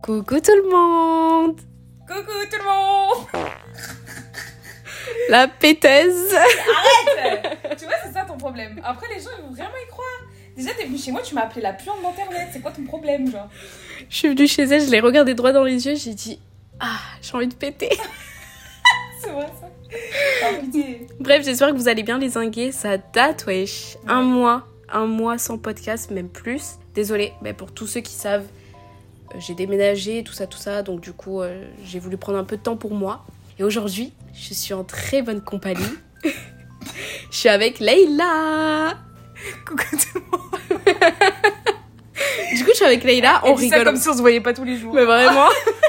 Coucou tout le monde. Coucou tout le monde. La pétaise. Arrête. Tu vois, c'est ça ton problème. Après, les gens, ils vont vraiment y croire. Déjà, t'es venue chez moi, tu m'as appelé la puante d'internet. C'est quoi ton problème, genre? Je suis venue chez elle, je l'ai regardée droit dans les yeux, j'ai dit « Ah, j'ai envie de péter !» C'est vrai, ça. Oh, pitié. Bref, j'espère que vous allez bien les zinguer. Ça date, wesh. Ouais. Un mois sans podcast, même plus. Désolée, mais pour tous ceux qui savent, j'ai déménagé, tout ça. Donc du coup, j'ai voulu prendre un peu de temps pour moi. Et aujourd'hui, je suis en très bonne compagnie. Je suis avec Leïla. Coucou tout le monde. Du coup, je suis avec Leïla, on Elle dit ça rigole. comme si on se voyait pas tous les jours. Mais vraiment.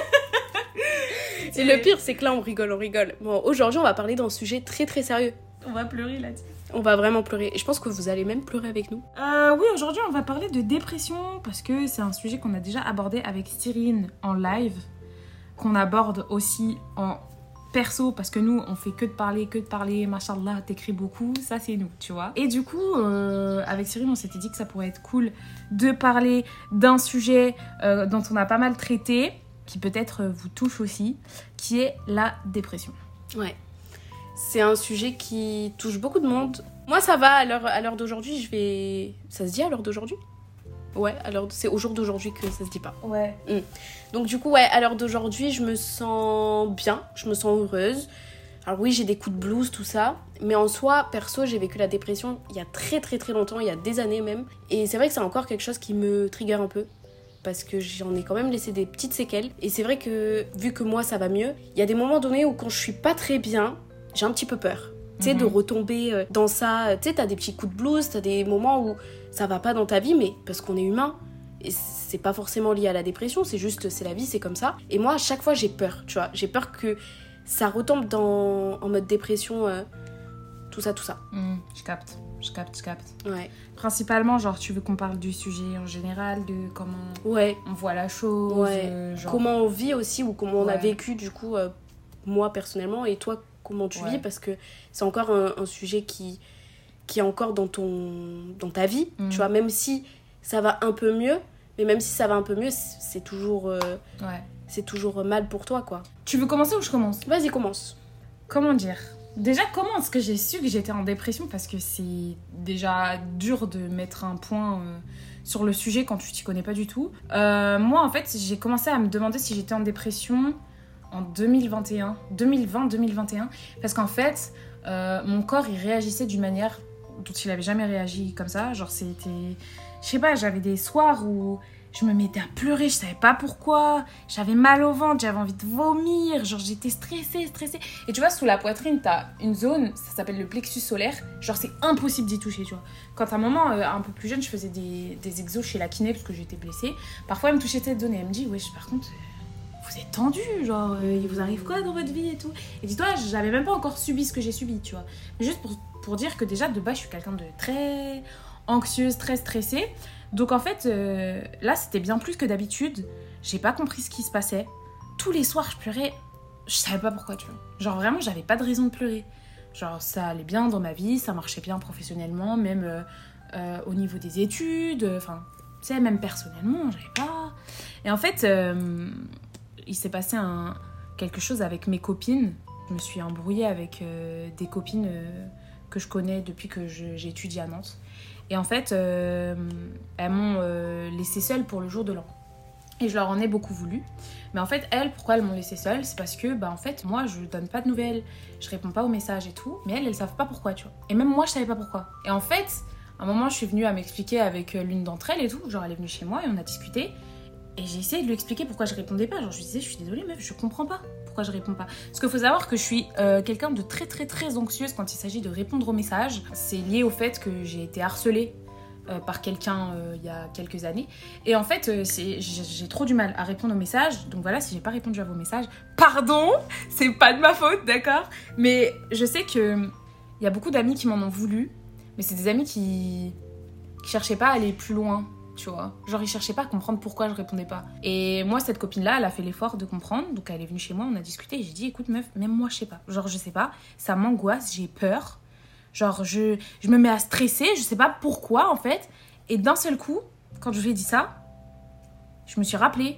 Et le pire, c'est que là, on rigole. Bon, aujourd'hui, on va parler d'un sujet très très sérieux. On va pleurer là. On va vraiment pleurer. Et je pense que vous allez même pleurer avec nous. Oui, aujourd'hui, on va parler de dépression parce que c'est un sujet qu'on a déjà abordé avec Cyrine en live, qu'on aborde aussi en perso parce que nous, on fait que de parler, machallah, t'écris beaucoup, ça c'est nous, tu vois. Et du coup, avec Cyrine, on s'était dit que ça pourrait être cool de parler d'un sujet dont on a pas mal traité, qui peut-être vous touche aussi, qui est la dépression. Ouais. C'est un sujet qui touche beaucoup de monde. Moi, ça va, à l'heure d'aujourd'hui, je vais... Ça se dit à l'heure d'aujourd'hui ? Ouais, c'est au jour d'aujourd'hui que ça se dit pas. Ouais. Donc du coup, ouais, à l'heure d'aujourd'hui, je me sens bien, je me sens heureuse. Alors oui, j'ai des coups de blues, tout ça. Mais en soi, perso, j'ai vécu la dépression il y a très très très longtemps, il y a des années même. Et c'est vrai que c'est encore quelque chose qui me trigger un peu. Parce que j'en ai quand même laissé des petites séquelles. Et c'est vrai que, vu que moi, ça va mieux, il y a des moments donnés où quand je suis pas très bien, j'ai un petit peu peur. Tu sais, de retomber dans ça. Tu sais, t'as des petits coups de blues, t'as des moments où ça va pas dans ta vie, mais parce qu'on est humain. Et c'est pas forcément lié à la dépression, c'est juste, c'est la vie, c'est comme ça. Et moi, à chaque fois, j'ai peur, tu vois. J'ai peur que ça retombe en mode dépression, tout ça. Je capte. Ouais. Principalement, genre, tu veux qu'on parle du sujet en général, de comment Ouais. on voit la chose, Ouais. genre... Comment on vit aussi, ou comment on a Ouais. vécu, du coup, moi, personnellement, et toi, comment tu Ouais. vis, parce que c'est encore un sujet qui est encore dans ta vie, tu vois, même si ça va un peu mieux, mais même si ça va un peu mieux, c'est toujours mal pour toi, quoi. Tu veux commencer ou je commence? Vas-y, commence. Comment dire? Déjà, comment est-ce que j'ai su que j'étais en dépression? Parce que c'est déjà dur de mettre un point sur le sujet quand tu t'y connais pas du tout. Moi, en fait, j'ai commencé à me demander si j'étais en dépression en 2020-2021. Parce qu'en fait, mon corps, il réagissait d'une manière dont il avait jamais réagi comme ça. Genre, c'était... Je sais pas, j'avais des soirs où je me mettais à pleurer, je savais pas pourquoi. J'avais mal au ventre, j'avais envie de vomir. Genre, j'étais stressée. Et tu vois, sous la poitrine, t'as une zone, ça s'appelle le plexus solaire. Genre, c'est impossible d'y toucher, tu vois. Quand à un moment, un peu plus jeune, je faisais des exos chez la kiné parce que j'étais blessée. Parfois, elle me touchait cette zone et elle me dit, wesh, par contre... vous êtes tendu, genre, il vous arrive quoi dans votre vie et tout. Et dis-toi, j'avais même pas encore subi ce que j'ai subi, tu vois. Mais juste pour dire que déjà, de base, je suis quelqu'un de très anxieuse, très stressée. Donc en fait, là, c'était bien plus que d'habitude. J'ai pas compris ce qui se passait. Tous les soirs, je pleurais. Je savais pas pourquoi, tu vois. Genre vraiment, j'avais pas de raison de pleurer. Genre, ça allait bien dans ma vie, ça marchait bien professionnellement, même au niveau des études. Enfin, tu sais, même personnellement, j'avais pas... Et en fait... il s'est passé quelque chose avec mes copines. Je me suis embrouillée avec des copines que je connais depuis que j'ai étudié à Nantes. Et en fait, elles m'ont laissée seule pour le jour de l'an. Et je leur en ai beaucoup voulu. Mais en fait, pourquoi elles m'ont laissée seule? C'est parce que, en fait, moi, je donne pas de nouvelles. Je réponds pas aux messages et tout. Mais elles savent pas pourquoi, tu vois. Et même moi, je savais pas pourquoi. Et en fait, à un moment, je suis venue à m'expliquer avec l'une d'entre elles et tout. Genre, elle est venue chez moi et on a discuté. Et j'ai essayé de lui expliquer pourquoi je répondais pas. Genre, je lui disais, je suis désolée, meuf, je comprends pas pourquoi je réponds pas. Parce qu'il faut savoir que je suis quelqu'un de très, très, très anxieuse quand il s'agit de répondre aux messages. C'est lié au fait que j'ai été harcelée par quelqu'un il y a quelques années. Et en fait, j'ai trop du mal à répondre aux messages. Donc voilà, si j'ai pas répondu à vos messages, pardon, c'est pas de ma faute, d'accord? Mais je sais que il y a beaucoup d'amis qui m'en ont voulu. Mais c'est des amis qui cherchaient pas à aller plus loin. Tu vois, genre ils cherchaient pas à comprendre pourquoi je répondais pas. Et moi, cette copine-là, elle a fait l'effort de comprendre. Donc elle est venue chez moi, on a discuté et j'ai dit, écoute meuf, même moi je sais pas. Genre je sais pas, ça m'angoisse, j'ai peur. Genre je me mets à stresser, je sais pas pourquoi en fait. Et d'un seul coup, quand je lui ai dit ça, je me suis rappelée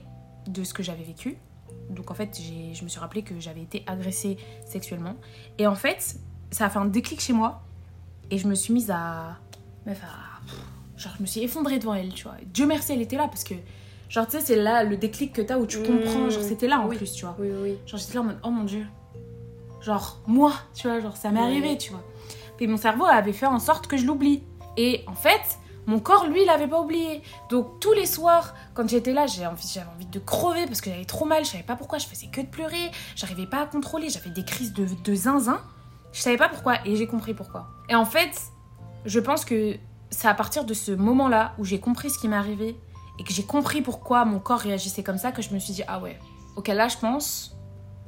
de ce que j'avais vécu. Donc en fait, je me suis rappelé que j'avais été agressée sexuellement. Et en fait, ça a fait un déclic chez moi. Et je me suis mise à... Genre, je me suis effondrée devant elle, tu vois. Dieu merci, elle était là parce que... Genre, tu sais, c'est là le déclic que t'as où tu comprends. Genre, c'était là en plus, tu vois. Oui. Genre, j'étais là en mode, oh mon Dieu. Genre, moi, tu vois, genre, ça m'est arrivé, tu vois. Puis mon cerveau avait fait en sorte que je l'oublie. Et en fait, mon corps, lui, il l'avait pas oublié. Donc, tous les soirs, quand j'étais là, j'avais envie de crever parce que j'avais trop mal. Je savais pas pourquoi, je faisais que de pleurer. J'arrivais pas à contrôler. J'avais des crises de zinzin. Je savais pas pourquoi et j'ai compris pourquoi. Et en fait, je pense que c'est à partir de ce moment-là où j'ai compris ce qui m'est arrivé et que j'ai compris pourquoi mon corps réagissait comme ça que je me suis dit, ah ouais, ok, là, je pense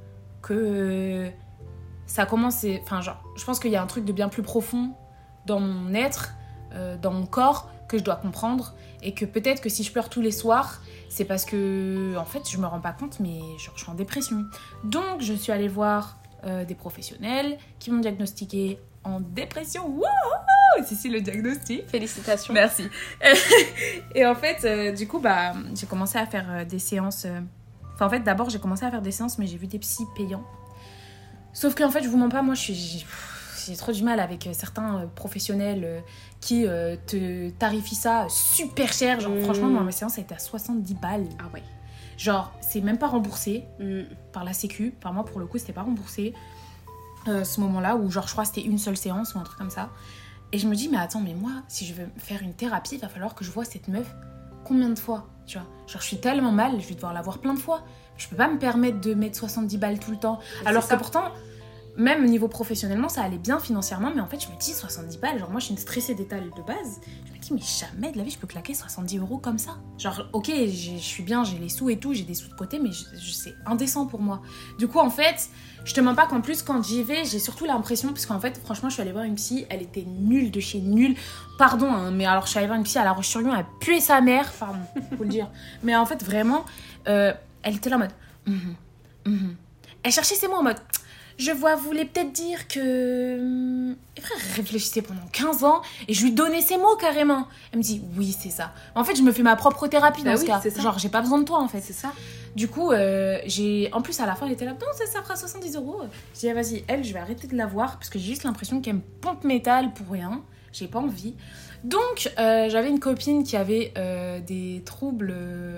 que ça commence... Enfin, genre, je pense qu'il y a un truc de bien plus profond dans mon être, dans mon corps, que je dois comprendre et que peut-être que si je pleure tous les soirs, c'est parce que, en fait, je me rends pas compte, mais genre, je suis en dépression. Donc, je suis allée voir des professionnels qui m'ont diagnostiqué en dépression. Wouhou! C'est ici le diagnostic. Félicitations. Merci. Et en fait, du coup, bah, j'ai commencé à faire des séances... Enfin, en fait, d'abord, j'ai commencé à faire des séances, mais j'ai vu des psys payants. Sauf qu'en fait, je vous mens pas, moi, j'ai trop du mal avec certains professionnels qui te tarifient ça super cher. Genre, franchement, moi, ma séance, a été à 70 balles. Ah ouais. Genre, c'est même pas remboursé par la Sécu. Par moi, pour le coup, c'était pas remboursé. Ce moment-là, où genre, je crois que c'était une seule séance ou un truc comme ça. Et je me dis, mais attends, mais moi, si je veux faire une thérapie, il va falloir que je vois cette meuf combien de fois, tu vois. Genre, je suis tellement mal, je vais devoir la voir plein de fois. Je peux pas me permettre de mettre 70 balles tout le temps. Mais alors que pourtant, même niveau professionnellement, ça allait bien financièrement. Mais en fait, je me dis, 70 balles, genre moi, je suis une stressée d'étal de base. Je me dis, mais jamais de la vie, je peux claquer 70 € comme ça. Genre, ok, je suis bien, j'ai les sous et tout, j'ai des sous de côté, mais c'est indécent pour moi. Du coup, en fait... Je te mens pas qu'en plus, quand j'y vais, j'ai surtout l'impression, parce qu'en fait, franchement, je suis allée voir une psy, elle était nulle de chez nulle. Pardon, hein, mais alors je suis allée voir une psy à La Roche-sur-Yon, elle puait sa mère, pardon, faut le dire. Mais en fait, vraiment, elle était là en mode... Elle cherchait ses mots en mode... Je vois, vous voulez peut-être dire que... Et frère, elle réfléchissait pendant 15 ans et je lui donnais ses mots carrément. Elle me dit, oui, c'est ça. En fait, je me fais ma propre thérapie dans ce cas. Genre, j'ai pas besoin de toi, en fait. C'est ça. Du coup, en plus, à la fin, elle était là, non, ça fera 70 €. Je dis, ah, vas-y, elle, je vais arrêter de la voir parce que j'ai juste l'impression qu'elle me pompe métal pour rien. J'ai pas envie. Donc, j'avais une copine qui avait des troubles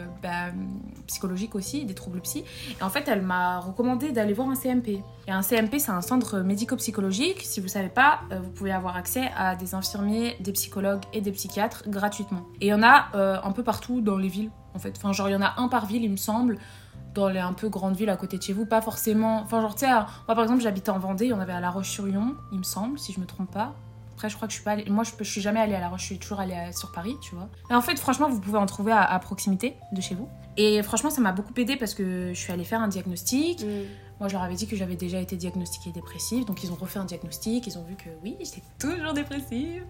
psychologiques aussi, des troubles psy. Et en fait, elle m'a recommandé d'aller voir un CMP. Et un CMP, c'est un centre médico-psychologique. Si vous savez pas, vous pouvez avoir accès à des infirmiers, des psychologues et des psychiatres gratuitement. Et il y en a un peu partout dans les villes, en fait. Enfin, genre, il y en a un par ville, il me semble, dans les un peu grandes villes à côté de chez vous. Pas forcément... Enfin, genre, tu sais, moi, par exemple, j'habitais en Vendée, il y en avait à La Roche-sur-Yon, il me semble, si je me trompe pas. Après, je crois que je suis pas allée... Moi, je suis jamais allée à La Roche, je suis toujours allée sur Paris, tu vois. Et en fait, franchement, vous pouvez en trouver à proximité de chez vous. Et franchement, ça m'a beaucoup aidée parce que je suis allée faire un diagnostic. Moi, je leur avais dit que j'avais déjà été diagnostiquée dépressive. Donc, ils ont refait un diagnostic. Ils ont vu que oui, j'étais toujours dépressive.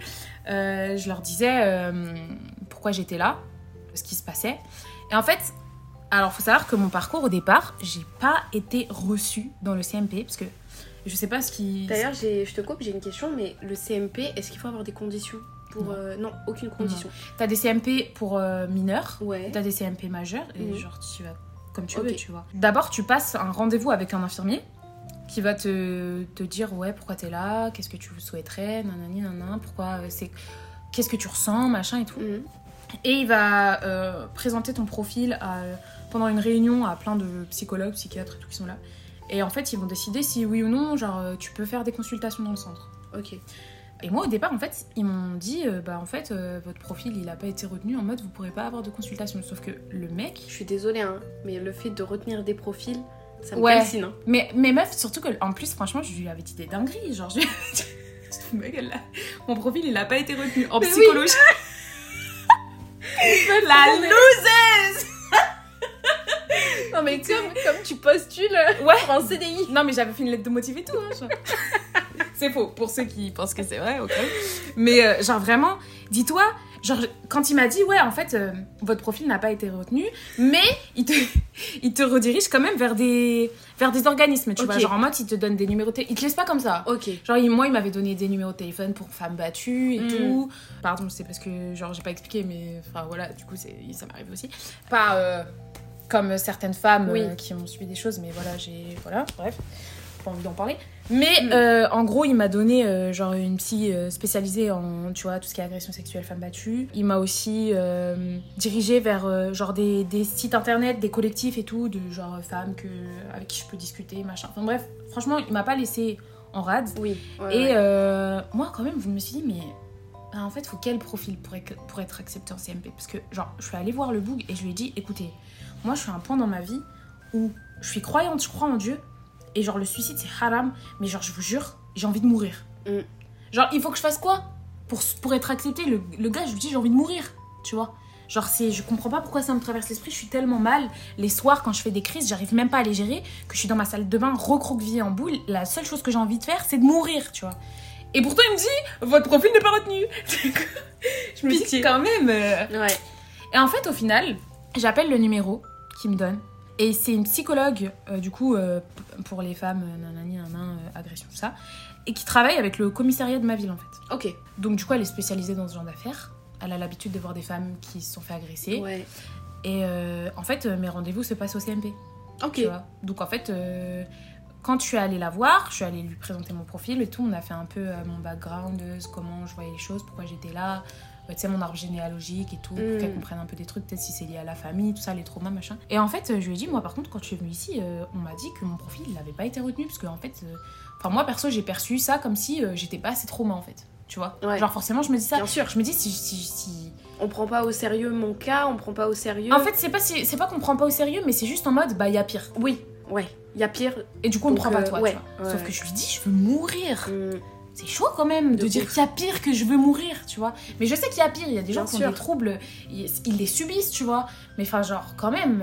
Je leur disais pourquoi j'étais là, ce qui se passait. Et en fait, alors, faut savoir que mon parcours, au départ, j'ai pas été reçue dans le CMP parce que je sais pas ce qui... D'ailleurs, je te coupe, j'ai une question, mais le CMP, est-ce qu'il faut avoir des conditions pour... Non, aucune condition. Non. T'as des CMP pour mineurs, ouais. T'as des CMP majeurs, et genre tu vas comme tu veux, tu vois. D'abord, tu passes un rendez-vous avec un infirmier qui va te dire, ouais, pourquoi t'es là, qu'est-ce que tu souhaiterais, nanani, nanana, pourquoi qu'est-ce que tu ressens, machin et tout. Et il va présenter ton profil pendant une réunion à plein de psychologues, psychiatres et tout qui sont là. Et en fait, ils vont décider si oui ou non, genre, tu peux faire des consultations dans le centre. Ok. Et moi, au départ, en fait, ils m'ont dit, votre profil, il a pas été retenu, en mode, vous pourrez pas avoir de consultation. Sauf que le mec... Je suis désolée, hein, mais le fait de retenir des profils, ça me calcine, hein. Mais meuf, surtout que, en plus, franchement, je lui avais dit des dingueries, genre, mon profil, il a pas été retenu en psychologie. Oui. La loseuse. Non mais comme tu postules en CDI. Non mais j'avais fait une lettre de motif et tout. Hein, c'est faux pour ceux qui pensent que c'est vrai, ok. Mais genre vraiment, dis-toi, genre quand il m'a dit ouais en fait votre profil n'a pas été retenu, mais il te redirige quand même vers des organismes, tu vois, genre en mode il te donne des numéros de téléphone, il te laisse pas comme ça. Ok. Genre moi il m'avait donné des numéros de téléphone pour femmes battues et tout. Pardon, c'est parce que genre j'ai pas expliqué mais enfin voilà, du coup ça m'arrive aussi. Pas comme certaines femmes Oui. qui ont subi des choses, mais voilà, bref, pas envie d'en parler. Mais en gros, il m'a donné genre une psy spécialisée en, tu vois, tout ce qui est agression sexuelle, femmes battues. Il m'a aussi dirigée vers genre des sites internet, des collectifs et tout, de genre femmes avec qui je peux discuter, machin. Enfin bref, franchement, il m'a pas laissé en rade. Oui. Et moi, quand même, je me suis dit, mais en fait, faut quel profil pour être accepté en CMP? Parce que, genre, je suis allée voir le boug et je lui ai dit, écoutez, moi, je suis à un point dans ma vie où je suis croyante, je crois en Dieu. Et genre, le suicide, c'est haram. Mais genre, je vous jure, j'ai envie de mourir. Genre, il faut que je fasse quoi pour être accepté? Le gars, je lui dis, j'ai envie de mourir. Tu vois? Genre, je comprends pas pourquoi ça me traverse l'esprit. Je suis tellement mal. Les soirs, quand je fais des crises, j'arrive même pas à les gérer. Que je suis dans ma salle de bain, recroquevillée en boule. La seule chose que j'ai envie de faire, c'est de mourir, tu vois. Et pourtant, il me dit, votre profil n'est pas retenu. Je me dis, quand même. Ouais. Et en fait, au final, j'appelle le numéro qu'il me donne. Et c'est une psychologue, du coup, pour les femmes, agression, tout ça, et qui travaille avec le commissariat de ma ville, en fait. Ok. Donc, du coup, elle est spécialisée dans ce genre d'affaires. Elle a l'habitude de voir des femmes qui se sont fait agresser. Ouais. Et en fait, mes rendez-vous se passent au CMP. Ok. Tu vois. Donc, en fait, quand je suis allée la voir, je suis allée lui présenter mon profil et tout. On a fait un peu mon background, comment je voyais les choses, pourquoi j'étais là. Tu sais, mon arbre généalogique et tout, pour qu'elle comprenne un peu des trucs, peut-être si c'est lié à la famille, tout ça, les traumas, machin. Et en fait, je lui ai dit, moi, par contre, quand je suis venue ici, on m'a dit que mon profil, il n'avait pas été retenu, parce que, en fait, moi, perso, j'ai perçu ça comme si j'étais pas assez trauma, en fait. Tu vois? Ouais. Genre, forcément, je me dis ça. Bien sûr. Je me dis, si... On prend pas au sérieux mon cas, on prend pas au sérieux. En fait, c'est pas qu'on prend pas au sérieux, mais c'est juste en mode, bah, il y a pire. Oui, ouais. Il y a pire. Et du coup, on ne prend pas toi, ouais, tu vois. Sauf ouais. que je lui dis, je veux mourir. C'est chaud quand même de dire qu'il y a pire, que je veux mourir, tu vois. Mais je sais qu'il y a pire, il y a des gens qui ont des troubles, ils les subissent, tu vois. Mais enfin, genre, quand même,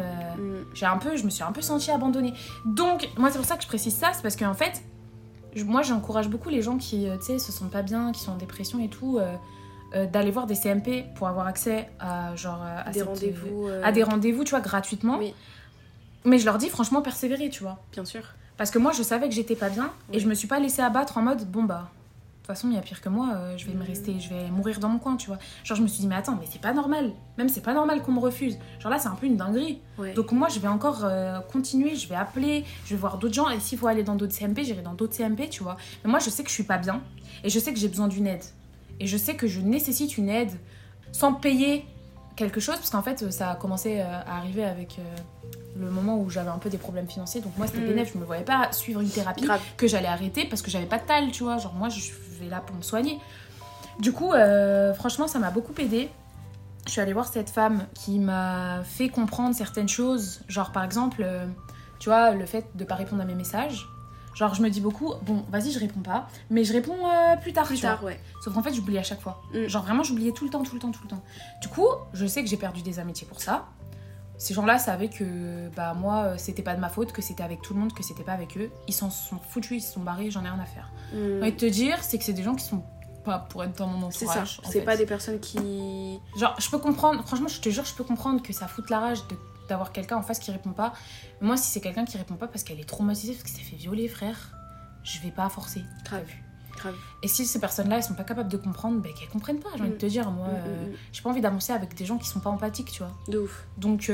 je me suis un peu sentie abandonnée. Donc, moi, c'est pour ça que je précise ça, c'est parce qu'en fait, moi, j'encourage beaucoup les gens qui, tu sais, se sentent pas bien, qui sont en dépression et tout, d'aller voir des CMP pour avoir accès à, genre, à des rendez-vous, tu vois, gratuitement. Oui. Mais je leur dis, franchement, persévérer, tu vois. Bien sûr. Parce que moi, je savais que j'étais pas bien et je me suis pas laissée abattre en mode, bon bah, de toute façon, il y a pire que moi, je vais mourir dans mon coin, tu vois. Genre, je me suis dit, mais attends, mais c'est pas normal. Même, c'est pas normal qu'on me refuse. Genre là, c'est un peu une dinguerie. Ouais. Donc moi, je vais encore continuer, je vais appeler, je vais voir d'autres gens. Et s'il faut aller dans d'autres CMP, j'irai dans d'autres CMP, tu vois. Mais moi, je sais que je suis pas bien et je sais que j'ai besoin d'une aide. Et je sais que je nécessite une aide sans payer quelque chose, parce qu'en fait, ça a commencé à arriver avec... le moment où j'avais un peu des problèmes financiers, donc moi c'était bénéf, je me voyais pas suivre une thérapie que j'allais arrêter parce que j'avais pas de tal, tu vois, genre moi je vais là pour me soigner. Du coup, franchement ça m'a beaucoup aidée. Je suis allée voir cette femme qui m'a fait comprendre certaines choses, genre par exemple, tu vois, le fait de pas répondre à mes messages. Genre je me dis beaucoup, bon vas-y je réponds pas, mais je réponds plus tard, tu vois. Ouais. Sauf qu'en fait j'oubliais à chaque fois. Genre vraiment j'oubliais tout le temps. Du coup, je sais que j'ai perdu des amitiés pour ça. Ces gens-là savaient que bah moi c'était pas de ma faute, que c'était avec tout le monde, que c'était pas avec eux. Ils s'en sont foutus, ils se sont barrés, j'en ai rien à faire. J'ai envie de te dire, c'est que c'est des gens qui sont pas pour être dans mon entourage. C'est ça, c'est pas des personnes qui... Genre je peux comprendre, franchement je te jure, je peux comprendre que ça foute la rage d'avoir quelqu'un en face qui répond pas. Mais moi si c'est quelqu'un qui répond pas parce qu'elle est traumatisée, parce qu'elle s'est fait violer, frère, je vais pas forcer. Grave. Et si ces personnes-là, elles sont pas capables de comprendre, bah qu'elles comprennent pas, j'ai envie de te dire. Moi, j'ai pas envie d'avancer avec des gens qui sont pas empathiques, tu vois. De ouf. Donc,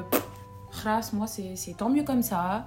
moi, c'est tant mieux comme ça.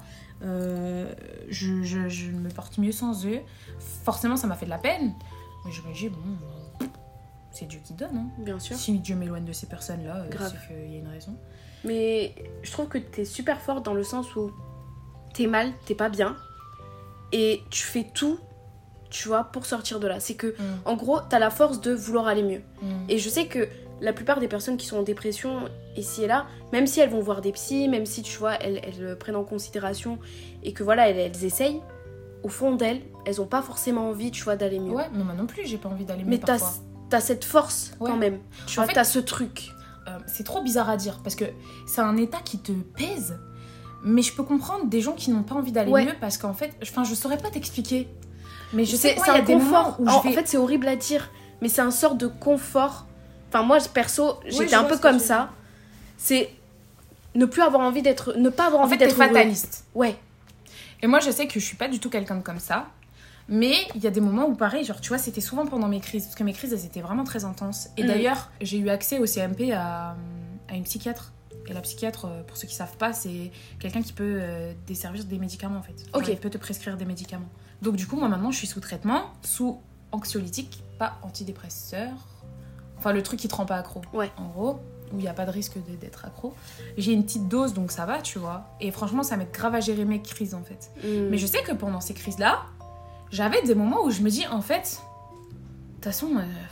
Je me porte mieux sans eux. Forcément, ça m'a fait de la peine. Mais je me dis, bon, c'est Dieu qui donne. Hein. Bien sûr. Si Dieu m'éloigne de ces personnes-là, c'est qu'il y a une raison. Mais je trouve que t'es super forte dans le sens où t'es mal, t'es pas bien. Et tu fais tout, tu vois, pour sortir de là. C'est que, en gros, t'as la force de vouloir aller mieux. Et je sais que la plupart des personnes qui sont en dépression, ici et là, même si elles vont voir des psys, même si, tu vois, elles prennent en considération et que, voilà, elles essayent, au fond d'elles, elles ont pas forcément envie, tu vois, d'aller mieux. Ouais, mais moi non plus, j'ai pas envie d'aller mieux mais parfois. T'as cette force, quand même. Tu vois, fait, t'as ce truc. C'est trop bizarre à dire, parce que c'est un état qui te pèse, mais je peux comprendre des gens qui n'ont pas envie d'aller mieux, parce qu'en fait, je saurais pas t'expliquer. Mais je sais c'est un confort. Où en fait, c'est horrible à dire, mais c'est un sort de confort. Enfin, moi, perso, j'étais un peu comme ça. C'est ne pas avoir envie d'être fataliste. Ouais. Et moi, je sais que je suis pas du tout quelqu'un de comme ça. Mais il y a des moments où, pareil, genre, tu vois, c'était souvent pendant mes crises. Parce que mes crises, elles étaient vraiment très intenses. Et d'ailleurs, j'ai eu accès au CMP à une psychiatre Et la psychiatre, pour ceux qui savent pas, c'est quelqu'un qui peut desservir des médicaments en fait. Ok. Genre, il peut te prescrire des médicaments. Donc du coup, moi maintenant, je suis sous traitement, sous anxiolytique, pas antidépresseur. Enfin, le truc qui te rend pas accro. Ouais. En gros, où il n'y a pas de risque d'être accro. J'ai une petite dose, donc ça va, tu vois. Et franchement, ça m'aide grave à gérer mes crises en fait. Mais je sais que pendant ces crises-là, j'avais des moments où je me dis, en fait, de toute façon,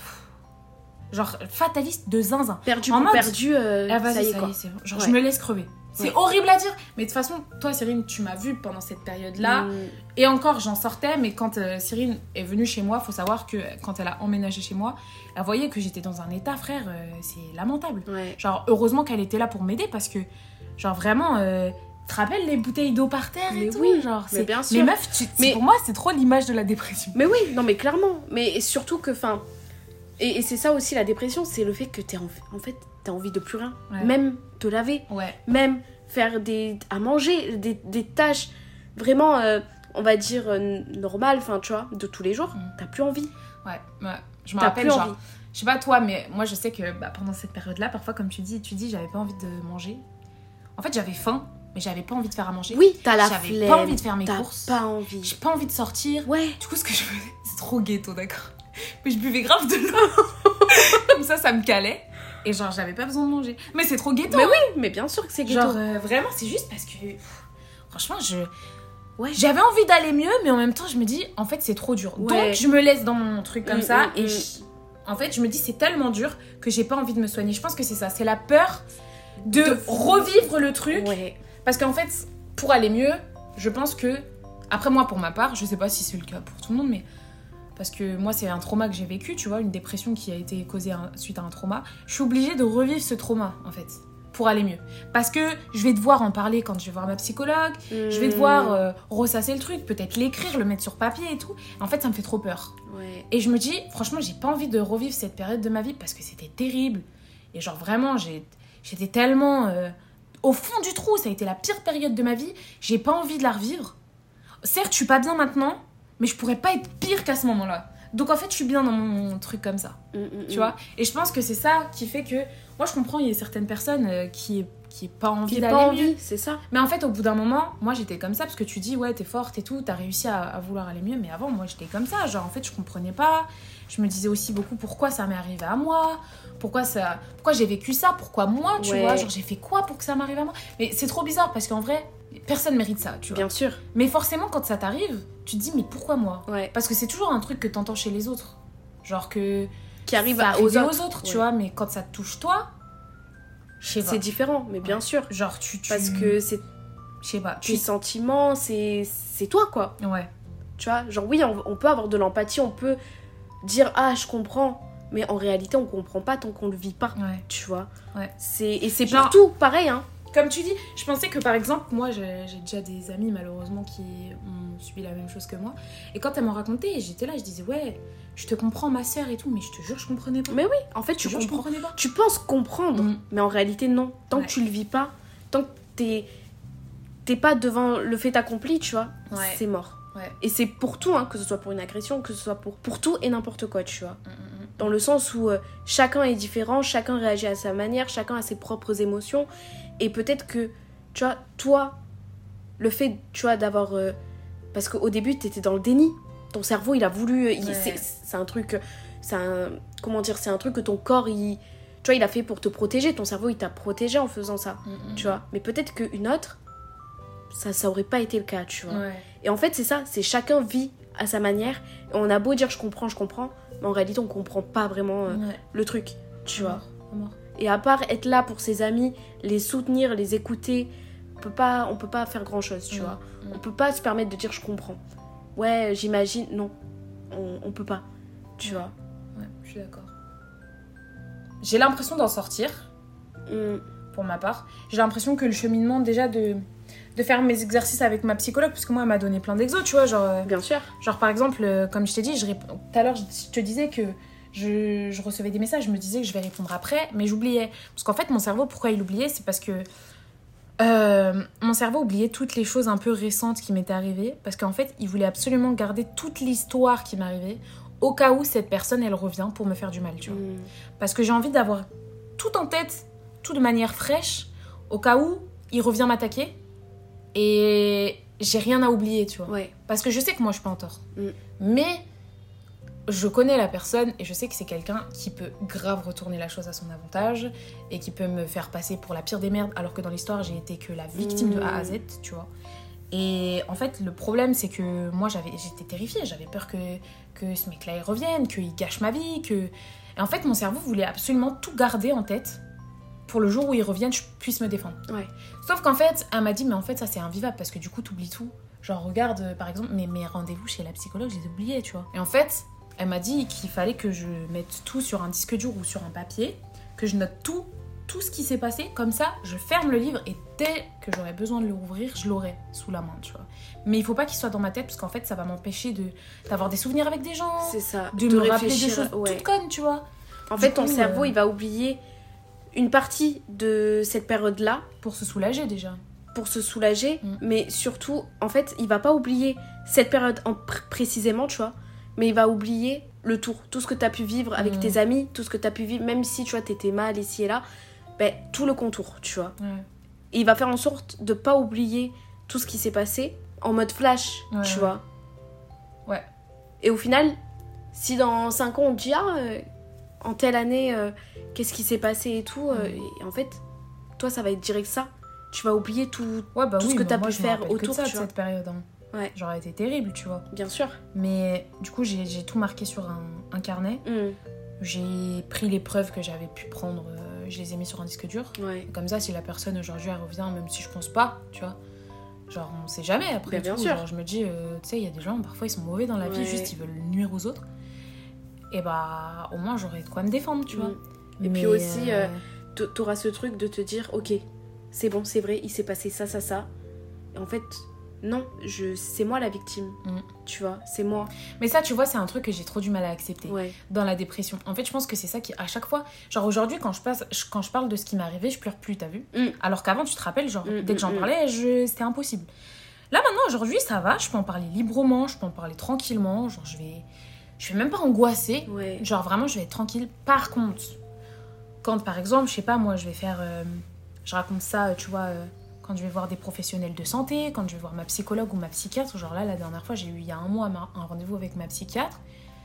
genre fataliste de zinzin. Perdu en pour mode, perdu, vas-y, ça y est quoi. c'est bon. Genre, Ouais. je me laisse crever. C'est horrible à dire, mais de toute façon, toi, Cyrine, tu m'as vue pendant cette période-là. Et encore, j'en sortais, mais quand Cyrine est venue chez moi, faut savoir que quand elle a emménagé chez moi, elle voyait que j'étais dans un état, frère, c'est lamentable. Ouais. Genre, heureusement qu'elle était là pour m'aider parce que, genre, vraiment, tu te rappelles les bouteilles d'eau par terre et Mais tout, oui, genre, mais c'est... bien sûr. Mais meuf, Mais- pour moi, c'est trop l'image de la dépression. Mais oui, non mais clairement. Mais surtout que, enfin... Et c'est ça aussi la dépression, c'est le fait que en fait, t'as envie de plus rien. Ouais. Même te laver, Ouais. même faire à manger, des tâches vraiment, on va dire, normales, enfin tu vois, de tous les jours. T'as plus envie. Ouais, je me T'as rappelle, plus genre, envie. je sais pas toi, mais moi je sais que pendant cette période-là, parfois, comme tu dis, j'avais pas envie de manger. En fait, j'avais faim, mais j'avais pas envie de faire à manger. Oui, t'as la J'avais flemme. pas envie de faire mes t'as courses. pas envie. J'ai pas envie de sortir. Ouais. Du coup, ce que je faisais, c'est trop ghetto, d'accord. Mais je buvais grave de l'eau. Comme ça me calait. Et genre, j'avais pas besoin de manger. Mais c'est trop ghetto. Mais oui, mais bien sûr que c'est ghetto. Genre, vraiment, c'est juste parce que... franchement, Ouais. j'avais envie d'aller mieux, mais en même temps, je me dis, en fait, c'est trop dur. Ouais. Donc, je me laisse dans mon truc comme ça. Et mm. en fait, je me dis, c'est tellement dur que j'ai pas envie de me soigner. Je pense que c'est ça. C'est la peur de revivre le truc. Ouais. Parce qu'en fait, pour aller mieux, je pense que... Après, moi, pour ma part, je sais pas si c'est le cas pour tout le monde, mais... Parce que moi, c'est un trauma que j'ai vécu, tu vois, une dépression qui a été causée suite à un trauma. Je suis obligée de revivre ce trauma, en fait, pour aller mieux. Parce que je vais devoir en parler quand je vais voir ma psychologue, je vais devoir ressasser le truc, peut-être l'écrire, le mettre sur papier et tout. En fait, ça me fait trop peur. Ouais. Et je me dis, franchement, j'ai pas envie de revivre cette période de ma vie parce que c'était terrible. Et genre, vraiment, j'étais tellement au fond du trou. Ça a été la pire période de ma vie. J'ai pas envie de la revivre. Certes, je suis pas bien maintenant, mais je pourrais pas être pire qu'à ce moment-là. Donc en fait, je suis bien dans mon truc comme ça. Tu vois. Et je pense que c'est ça qui fait que... Moi, je comprends, il y a certaines personnes qui n'ont pas envie d'aller mieux. C'est ça. Mais en fait, au bout d'un moment, moi, j'étais comme ça. Parce que tu dis, ouais, t'es forte et tout, t'as réussi à vouloir aller mieux. Mais avant, moi, j'étais comme ça. Genre, en fait, je comprenais pas. Je me disais aussi beaucoup pourquoi ça m'est arrivé à moi. Pourquoi j'ai vécu ça. Pourquoi moi, tu vois. Genre, j'ai fait quoi pour que ça m'arrive à moi. Mais c'est trop bizarre parce qu'en vrai... Personne mérite ça, tu vois. Bien sûr. Mais forcément, quand ça t'arrive, tu te dis, mais pourquoi moi ? Ouais. Parce que c'est toujours un truc que t'entends chez les autres. Genre que... Qui arrive ça aux arrive autres. tu vois. Mais quand ça te touche toi, je sais pas. C'est différent, mais bien sûr. Genre, Parce que c'est je sais pas. tes sentiments, c'est toi, quoi. Ouais. Tu vois, genre oui, on peut avoir de l'empathie, on peut dire « Ah, je comprends », mais en réalité, on comprend pas tant qu'on le vit pas, Ouais. tu vois. Ouais. Et c'est Genre- pour tout, pareil, hein. Comme tu dis, je pensais que par exemple, moi j'ai déjà des amis malheureusement qui ont subi la même chose que moi. Et quand elles m'ont raconté, j'étais là, je disais ouais, je te comprends ma sœur et tout, mais je te jure, je comprenais pas. Mais oui, en fait, Je tu te jure, je comprends. comprenais pas. Tu penses comprendre, mais en réalité, non. Tant Ouais. que tu le vis pas, tant que t'es pas devant le fait accompli, tu vois, Ouais. c'est mort. Ouais. Et c'est pour tout, hein, que ce soit pour une agression, que ce soit pour tout et n'importe quoi, tu vois. Dans le sens où chacun est différent, chacun réagit à sa manière, chacun a ses propres émotions. Et peut-être que, tu vois, toi, le fait, tu vois, d'avoir... parce qu'au début, t'étais dans le déni. Ton cerveau, il a voulu... Ouais. c'est un truc... comment dire, c'est un truc que ton corps, tu vois, il a fait pour te protéger. Ton cerveau, il t'a protégé en faisant ça, tu vois. Mais peut-être qu'une autre, ça aurait pas été le cas, tu vois. Ouais. Et en fait, c'est ça, c'est chacun vit à sa manière. Et on a beau dire je comprends, mais en réalité, on comprend pas vraiment Ouais. le truc, tu vois. Mort. Et à part être là pour ses amis, les soutenir, les écouter, on peut pas faire grand chose, tu vois. On peut pas se permettre de dire je comprends. Ouais, j'imagine, non. On peut pas, tu vois. Ouais, je suis d'accord. J'ai l'impression d'en sortir, pour ma part. J'ai l'impression que le cheminement déjà de faire mes exercices avec ma psychologue, parce que moi elle m'a donné plein d'exos, tu vois, genre... Bien sûr. Genre par exemple, comme je t'ai dit, tout à l'heure je te disais que je recevais des messages, je me disais que je vais répondre après, mais j'oubliais. Parce qu'en fait mon cerveau, pourquoi il oubliait, c'est parce que mon cerveau oubliait toutes les choses un peu récentes qui m'étaient arrivées, parce qu'en fait il voulait absolument garder toute l'histoire qui m'arrivait, au cas où cette personne elle revient pour me faire du mal, tu vois. Parce que j'ai envie d'avoir tout en tête, tout de manière fraîche, au cas où il revient m'attaquer et j'ai rien à oublier, tu vois. Ouais. Parce que je sais que moi, je suis pas en tort. Mm. Mais je connais la personne et je sais que c'est quelqu'un qui peut grave retourner la chose à son avantage et qui peut me faire passer pour la pire des merdes, alors que dans l'histoire, j'ai été que la victime de A à Z, tu vois. Et en fait, le problème, c'est que moi, j'étais terrifiée. J'avais peur que ce mec-là, il revienne, qu'il gâche ma vie, que... Et en fait, mon cerveau voulait absolument tout garder en tête pour le jour où il revienne, je puisse me défendre. Ouais. Sauf qu'en fait, elle m'a dit, mais en fait, ça, c'est invivable parce que du coup, t'oublies tout. Genre, regarde, par exemple, mes rendez-vous chez la psychologue, je les ai oubliés, tu vois. Et en fait, elle m'a dit qu'il fallait que je mette tout sur un disque dur ou sur un papier, que je note tout ce qui s'est passé. Comme ça, je ferme le livre et dès que j'aurai besoin de le rouvrir, je l'aurai sous la main, tu vois. Mais il faut pas qu'il soit dans ma tête parce qu'en fait, ça va m'empêcher d'avoir des souvenirs avec des gens. C'est ça. De me rappeler des choses toutes connes, tu vois. En fait, ton cerveau, il va oublier une partie de cette période-là. Pour se soulager déjà. Pour se soulager, mais surtout, en fait, il va pas oublier cette période précisément, tu vois, mais il va oublier le tour, tout ce que t'as pu vivre avec tes amis, tout ce que t'as pu vivre, même si, tu vois, t'étais mal ici et là, ben, tout le contour, tu vois. Ouais. Et il va faire en sorte de pas oublier tout ce qui s'est passé en mode flash, tu vois. Ouais. Et au final, si dans 5 ans, on te dit, en telle année, qu'est-ce qui s'est passé et tout, et en fait, toi, ça va être direct ça. Tu vas oublier tout ce que t'as pu faire autour, de cette période. Hein. Ouais. J'aurais été terrible, tu vois. Bien sûr. Mais du coup, j'ai tout marqué sur un carnet. J'ai pris les preuves que j'avais pu prendre, je les ai mis sur un disque dur. Ouais. Comme ça, si la personne aujourd'hui elle revient, même si je pense pas, tu vois, genre on sait jamais après. Bien tout. sûr. Genre, je me dis, tu sais, il y a des gens, parfois ils sont mauvais dans la vie, juste ils veulent nuire aux autres. Et bah, au moins j'aurais de quoi me défendre, tu vois. Et puis aussi, t'auras ce truc de te dire, ok, c'est bon, c'est vrai, il s'est passé ça. Et en fait, non, c'est moi la victime, tu vois, c'est moi. Mais ça, tu vois, c'est un truc que j'ai trop du mal à accepter dans la dépression. En fait, je pense que c'est ça qui, à chaque fois, genre aujourd'hui, quand je parle de ce qui m'est arrivé, je pleure plus, t'as vu ? Alors qu'avant, tu te rappelles, genre, dès que j'en parlais, c'était impossible. Là, maintenant, aujourd'hui, ça va, je peux en parler librement, je peux en parler tranquillement, genre, je vais même pas angoisser, genre, vraiment, je vais être tranquille. Par contre, quand, par exemple, je sais pas, moi, je vais faire... je raconte ça, tu vois... quand je vais voir des professionnels de santé, quand je vais voir ma psychologue ou ma psychiatre, genre là, la dernière fois, j'ai eu il y a un mois un rendez-vous avec ma psychiatre.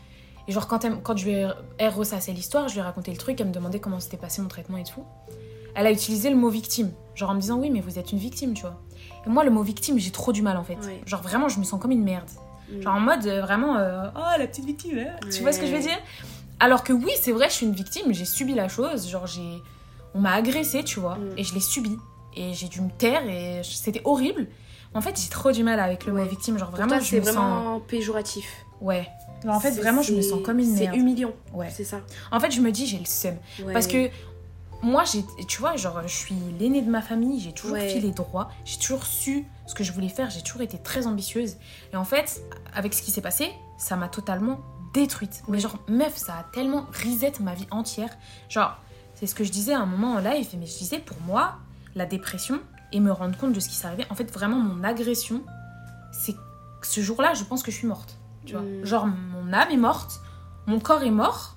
Et genre, quand je vais ressasser l'histoire, je lui ai raconté le truc, elle me demandait comment s'était passé mon traitement et tout. Elle a utilisé le mot victime, genre en me disant oui, mais vous êtes une victime, tu vois. Et moi, le mot victime, j'ai trop du mal en fait. Ouais. Genre vraiment, je me sens comme une merde. Genre en mode vraiment, oh la petite victime, hein. Tu vois ce que je veux dire ? Alors que oui, c'est vrai, je suis une victime, j'ai subi la chose, genre on m'a agressée, tu vois, et je l'ai subi. Et j'ai dû me taire et c'était horrible. En fait, j'ai trop du mal avec le mot victime. Genre vraiment, toi, c'est vraiment péjoratif. Ouais. Alors, en fait, vraiment, je me sens comme une merde. C'est humiliant. Ouais. C'est ça. En fait, je me dis, j'ai le seum. Ouais. Parce que moi, tu vois, genre, je suis l'aînée de ma famille. J'ai toujours filé droit. J'ai toujours su ce que je voulais faire. J'ai toujours été très ambitieuse. Et en fait, avec ce qui s'est passé, ça m'a totalement détruite. Mais genre, meuf, ça a tellement reset ma vie entière. Genre, c'est ce que je disais à un moment en live. Mais je disais, pour moi... la dépression et me rendre compte de ce qui s'est arrivé. En fait, vraiment, mon agression, c'est ce jour-là, je pense que je suis morte. Tu vois, genre, mon âme est morte, mon corps est mort,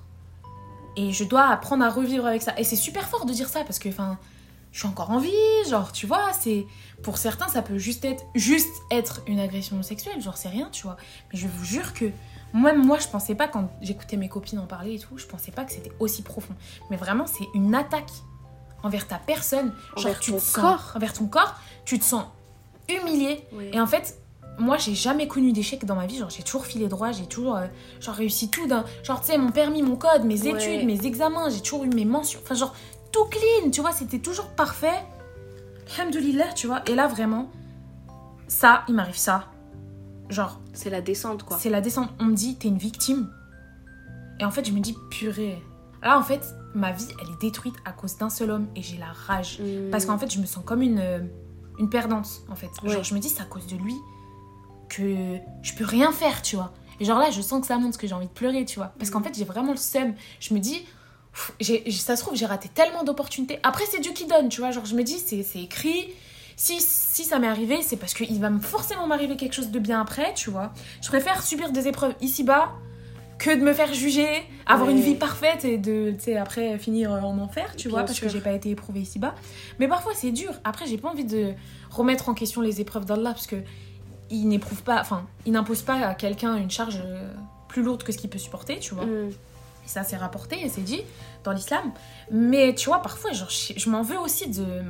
et je dois apprendre à revivre avec ça. Et c'est super fort de dire ça, parce que, enfin, je suis encore en vie, genre, tu vois, c'est... Pour certains, ça peut juste être une agression sexuelle, genre, c'est rien, tu vois. Mais je vous jure que... Même moi, je pensais pas, quand j'écoutais mes copines en parler et tout, je pensais pas que c'était aussi profond. Mais vraiment, c'est une attaque envers ta personne, genre envers ton corps, tu te sens humilié. Et en fait, moi, j'ai jamais connu d'échec dans ma vie. Genre, j'ai toujours filé droit, j'ai toujours genre réussi tout. Genre, tu sais, mon permis, mon code, mes études, mes examens, j'ai toujours eu mes mentions. Enfin, genre, tout clean, tu vois, c'était toujours parfait. Alhamdoulilah, tu vois. Et là, vraiment, ça, il m'arrive ça. Genre... c'est la descente, quoi. C'est la descente. On me dit, t'es une victime. Et en fait, je me dis, purée. Là, en fait... ma vie, elle est détruite à cause d'un seul homme et j'ai la rage. Parce qu'en fait, je me sens comme une perdante, en fait. Genre, je me dis, c'est à cause de lui que je peux rien faire, tu vois. Et genre là, je sens que ça monte, parce que j'ai envie de pleurer, tu vois. Parce qu'en fait, j'ai vraiment le seum. Je me dis, ça se trouve, j'ai raté tellement d'opportunités. Après, c'est Dieu qui donne, tu vois. Genre, je me dis, c'est écrit. Si ça m'est arrivé, c'est parce qu'il va forcément m'arriver quelque chose de bien après, tu vois. Je préfère subir des épreuves ici-bas que de me faire juger, avoir une vie parfaite et de, tu sais, après finir en enfer, tu vois, parce que j'ai pas été éprouvée ici-bas. Mais parfois, c'est dur. Après, j'ai pas envie de remettre en question les épreuves d'Allah, parce que il n'impose pas à quelqu'un une charge plus lourde que ce qu'il peut supporter, tu vois. Et ça, c'est rapporté et c'est dit dans l'islam. Mais tu vois, parfois, genre, je m'en veux aussi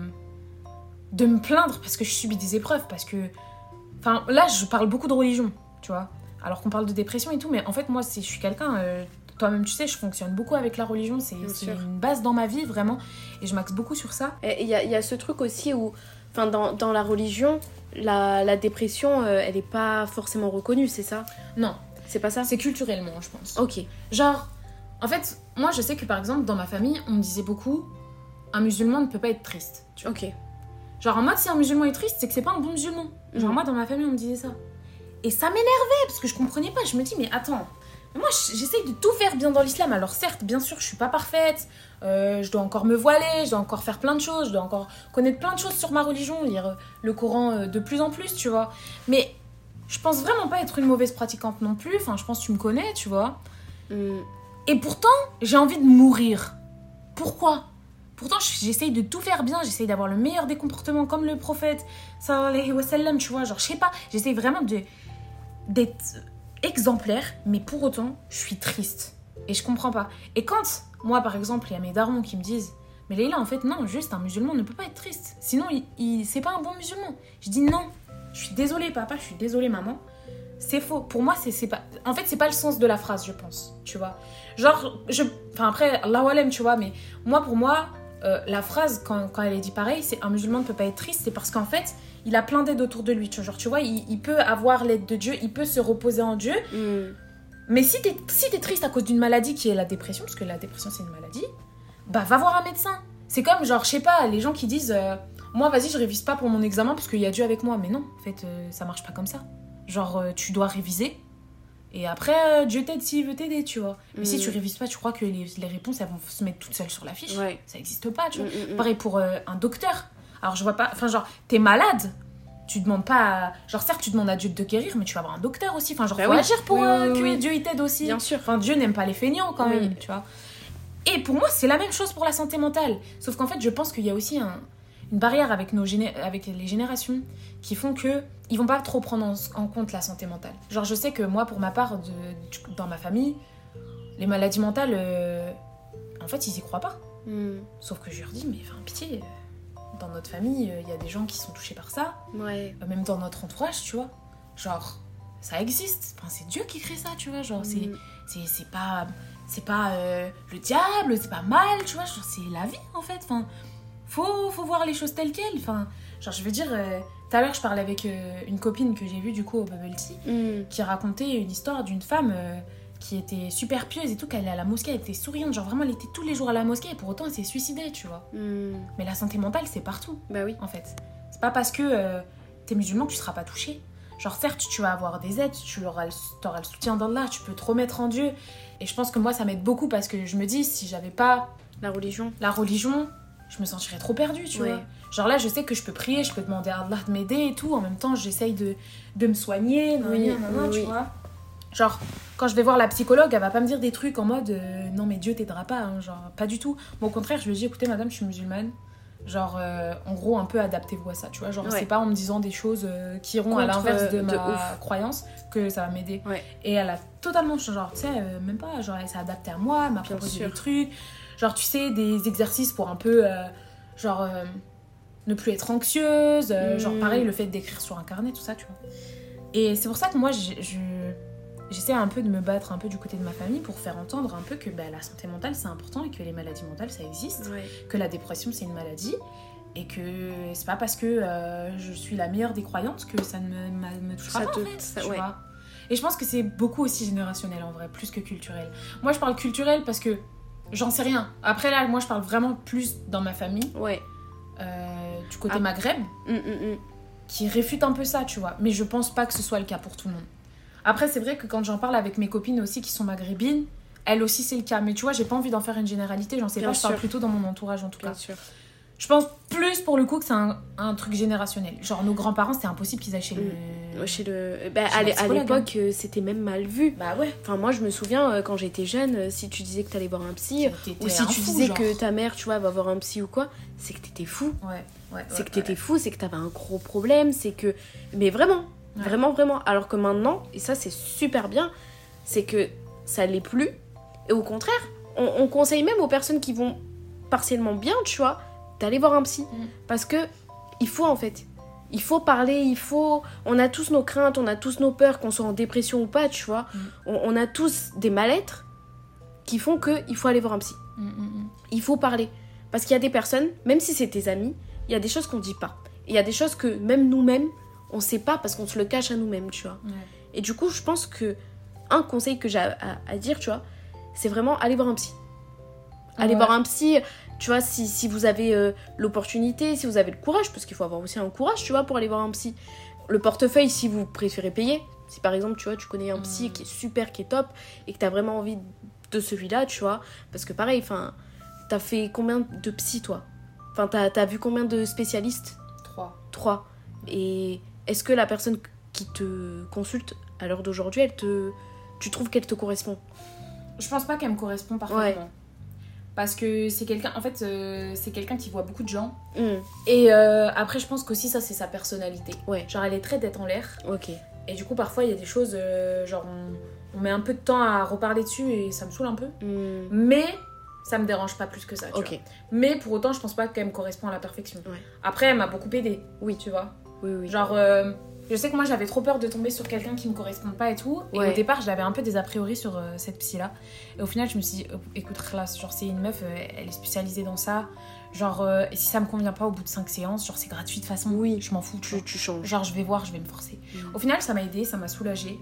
de me plaindre parce que je subis des épreuves, parce que... Enfin, là, je parle beaucoup de religion, tu vois. Alors qu'on parle de dépression et tout, mais en fait, moi, je suis quelqu'un... toi-même, tu sais, je fonctionne beaucoup avec la religion. C'est une base dans ma vie, vraiment. Et je m'axe beaucoup sur ça. Il y a ce truc aussi où... Enfin, dans la religion, la dépression, elle n'est pas forcément reconnue, c'est ça ? Non. C'est pas ça ? C'est culturellement, je pense. Ok. Genre, en fait, moi, je sais que, par exemple, dans ma famille, on me disait beaucoup... Un musulman ne peut pas être triste. Tu vois. Ok. Genre, en mode, si un musulman est triste, c'est que c'est pas un bon musulman. Genre, moi, dans ma famille, on me disait ça. Et ça m'énervait, parce que je comprenais pas. Je me dis, mais attends, moi, j'essaye de tout faire bien dans l'islam. Alors, certes, bien sûr, je suis pas parfaite. Je dois encore me voiler, je dois encore faire plein de choses. Je dois encore connaître plein de choses sur ma religion, lire le Coran de plus en plus, tu vois. Mais je pense vraiment pas être une mauvaise pratiquante non plus. Enfin, je pense que tu me connais, tu vois. Et pourtant, j'ai envie de mourir. Pourquoi ? Pourtant, j'essaye de tout faire bien, j'essaye d'avoir le meilleur des comportements comme le prophète, sallallahu alayhi wa sallam, tu vois, genre, je sais pas, j'essaye vraiment d'être exemplaire, mais pour autant, je suis triste. Et je comprends pas. Et quand, moi, par exemple, il y a mes darons qui me disent, mais Leïla, en fait, non, juste un musulman ne peut pas être triste. Sinon, c'est pas un bon musulman. Je dis non, je suis désolée, papa, je suis désolée, maman. C'est faux. Pour moi, c'est pas... En fait, c'est pas le sens de la phrase, je pense, tu vois. Genre, enfin, après, Allahu alam, tu vois, mais pour moi... la phrase, quand elle est dit pareil, c'est un musulman ne peut pas être triste, c'est parce qu'en fait, il a plein d'aides autour de lui. Genre, tu vois, il peut avoir l'aide de Dieu, il peut se reposer en Dieu. Mais si t'es triste à cause d'une maladie qui est la dépression, parce que la dépression, c'est une maladie, bah, va voir un médecin. C'est comme, genre, je sais pas, les gens qui disent moi, vas-y, je révise pas pour mon examen parce qu'il y a Dieu avec moi. Mais non, en fait, ça marche pas comme ça. Genre, tu dois réviser. Et après, Dieu t'aide s'il veut t'aider, tu vois. Mais si tu révises pas, tu crois que les réponses, elles vont se mettre toutes seules sur la fiche. Ça existe pas, tu vois. Pareil pour un docteur. Alors, je vois pas... Enfin, genre, t'es malade, tu demandes pas... Genre, certes, tu demandes à Dieu de te guérir, mais tu vas voir un docteur aussi. Enfin, genre, faut agir pour que Dieu, il t'aide aussi. Bien sûr. Enfin, Dieu n'aime pas les feignants, quand même, tu vois. Et pour moi, c'est la même chose pour la santé mentale. Sauf qu'en fait, je pense qu'il y a aussi une barrière avec les générations qui font que ils vont pas trop prendre en compte la santé mentale. Genre, je sais que moi, pour ma part, dans ma famille, les maladies mentales, en fait, ils y croient pas. Sauf que je leur dis, mais enfin, pitié, dans notre famille, il y a des gens qui sont touchés par ça. Même dans notre entourage, tu vois. Genre, ça existe. Enfin, c'est Dieu qui crée ça, tu vois. Genre, c'est pas le diable, c'est pas mal, tu vois. Genre, c'est la vie, en fait. Enfin, faut voir les choses telles quelles. Enfin, genre, je veux dire... Tout à l'heure, je parlais avec une copine que j'ai vue du coup au Bubble Tea qui racontait une histoire d'une femme qui était super pieuse et tout, qu'elle allait à la mosquée, elle était souriante, genre vraiment elle était tous les jours à la mosquée et pour autant elle s'est suicidée, tu vois. Mais la santé mentale, c'est partout. Bah oui. En fait. C'est pas parce que t'es musulman que tu seras pas touché. Genre certes, tu vas avoir des aides, t'auras le soutien d'Allah, tu peux te remettre en Dieu. Et je pense que moi, ça m'aide beaucoup parce que je me dis, si j'avais pas la religion, je me sentirais trop perdue, tu vois. Genre là, je sais que je peux prier, je peux demander à Allah de m'aider et tout. En même temps, j'essaye de me soigner, tu vois. Genre, quand je vais voir la psychologue, elle va pas me dire des trucs en mode non mais Dieu t'aidera pas, hein, genre pas du tout. Mais au contraire, je lui dis écoutez madame, je suis musulmane. Genre, en gros, un peu adaptez-vous à ça, tu vois. Genre, c'est pas en me disant des choses qui iront à l'inverse de ma croyance que ça va m'aider. Et elle a totalement, genre, tu sais, même pas, genre, elle s'est adaptée à moi, elle m'a proposé des trucs. Genre, tu sais, des exercices pour un peu, genre, ne plus être anxieuse. Genre, pareil, le fait d'écrire sur un carnet, tout ça, tu vois. Et c'est pour ça que moi, j'essaie un peu de me battre un peu du côté de ma famille pour faire entendre un peu que la santé mentale, c'est important et que les maladies mentales, ça existe. Que la dépression, c'est une maladie. Et que c'est pas parce que je suis la meilleure des croyantes que ça ne me touchera pas, en fait, tu vois. Et je pense que c'est beaucoup aussi générationnel, en vrai, plus que culturel. Moi, je parle culturel parce que j'en sais rien. Après, là, moi, je parle vraiment plus dans ma famille. Du côté Maghreb. Qui réfute un peu ça, tu vois. Mais je pense pas que ce soit le cas pour tout le monde. Après, c'est vrai que quand j'en parle avec mes copines aussi qui sont maghrébines, elles aussi, c'est le cas. Mais tu vois, j'ai pas envie d'en faire une généralité. J'en sais pas, je parle plutôt dans mon entourage, en tout cas. Je pense plus pour le coup que c'est un truc générationnel. Genre nos grands-parents, c'était impossible qu'ils aillent chez le... à l'époque, c'était même mal vu. Bah ouais. Enfin, moi, je me souviens, quand j'étais jeune, si tu disais que t'allais voir un psy, ou si tu disais que ta mère, tu vois, va voir un psy ou quoi, c'est que t'étais fou. C'est que t'étais fou, c'est que t'avais un gros problème, c'est que... Mais vraiment, vraiment. Alors que maintenant, et ça, c'est super bien, c'est que ça l'est plus. Et au contraire, on conseille même aux personnes qui vont partiellement bien, tu vois, d'aller voir un psy. Parce que il faut, en fait. Il faut parler, on a tous nos craintes, on a tous nos peurs, qu'on soit en dépression ou pas, tu vois. On a tous des mal-être qui font qu'il faut aller voir un psy. Il faut parler. Parce qu'il y a des personnes, même si c'est tes amis, il y a des choses qu'on dit pas. Et il y a des choses que même nous-mêmes, on sait pas parce qu'on se le cache à nous-mêmes, tu vois. Et du coup, je pense que un conseil que j'ai à dire, tu vois, c'est vraiment aller voir un psy. Aller voir un psy, tu vois, si vous avez l'opportunité, si vous avez le courage, parce qu'il faut avoir aussi un courage, tu vois, pour aller voir un psy. Le portefeuille, si vous préférez payer. Si par exemple, tu vois, tu connais un psy qui est super, qui est top, et que t'as vraiment envie de celui-là, tu vois. Parce que pareil, enfin, t'as fait combien de psy, toi? Enfin, t'as vu combien de spécialistes? 3. Et est-ce que la personne qui te consulte à l'heure d'aujourd'hui, tu trouves qu'elle te correspond? Je pense pas qu'elle me correspond parfaitement. Parce que c'est quelqu'un, en fait, c'est quelqu'un qui voit beaucoup de gens. Et après, je pense qu'aussi, ça, c'est sa personnalité. Genre, elle est très tête en l'air. Et du coup, parfois, il y a des choses, genre, on met un peu de temps à reparler dessus et ça me saoule un peu. Mais ça me dérange pas plus que ça, tu vois. Mais pour autant, je pense pas qu'elle me correspond à la perfection. Après, elle m'a beaucoup aidée, tu vois. Genre, je sais que moi, j'avais trop peur de tomber sur quelqu'un qui me corresponde pas et tout. Et au départ, j'avais un peu des a priori sur cette psy-là. Et au final, je me suis dit, écoute, classe, genre, c'est une meuf, elle est spécialisée dans ça. Genre, et si ça me convient pas au bout de 5 séances, genre, c'est gratuit de toute façon. Je m'en fous. Tu changes. Genre, je vais voir, je vais me forcer. Au final, ça m'a aidée, ça m'a soulagée.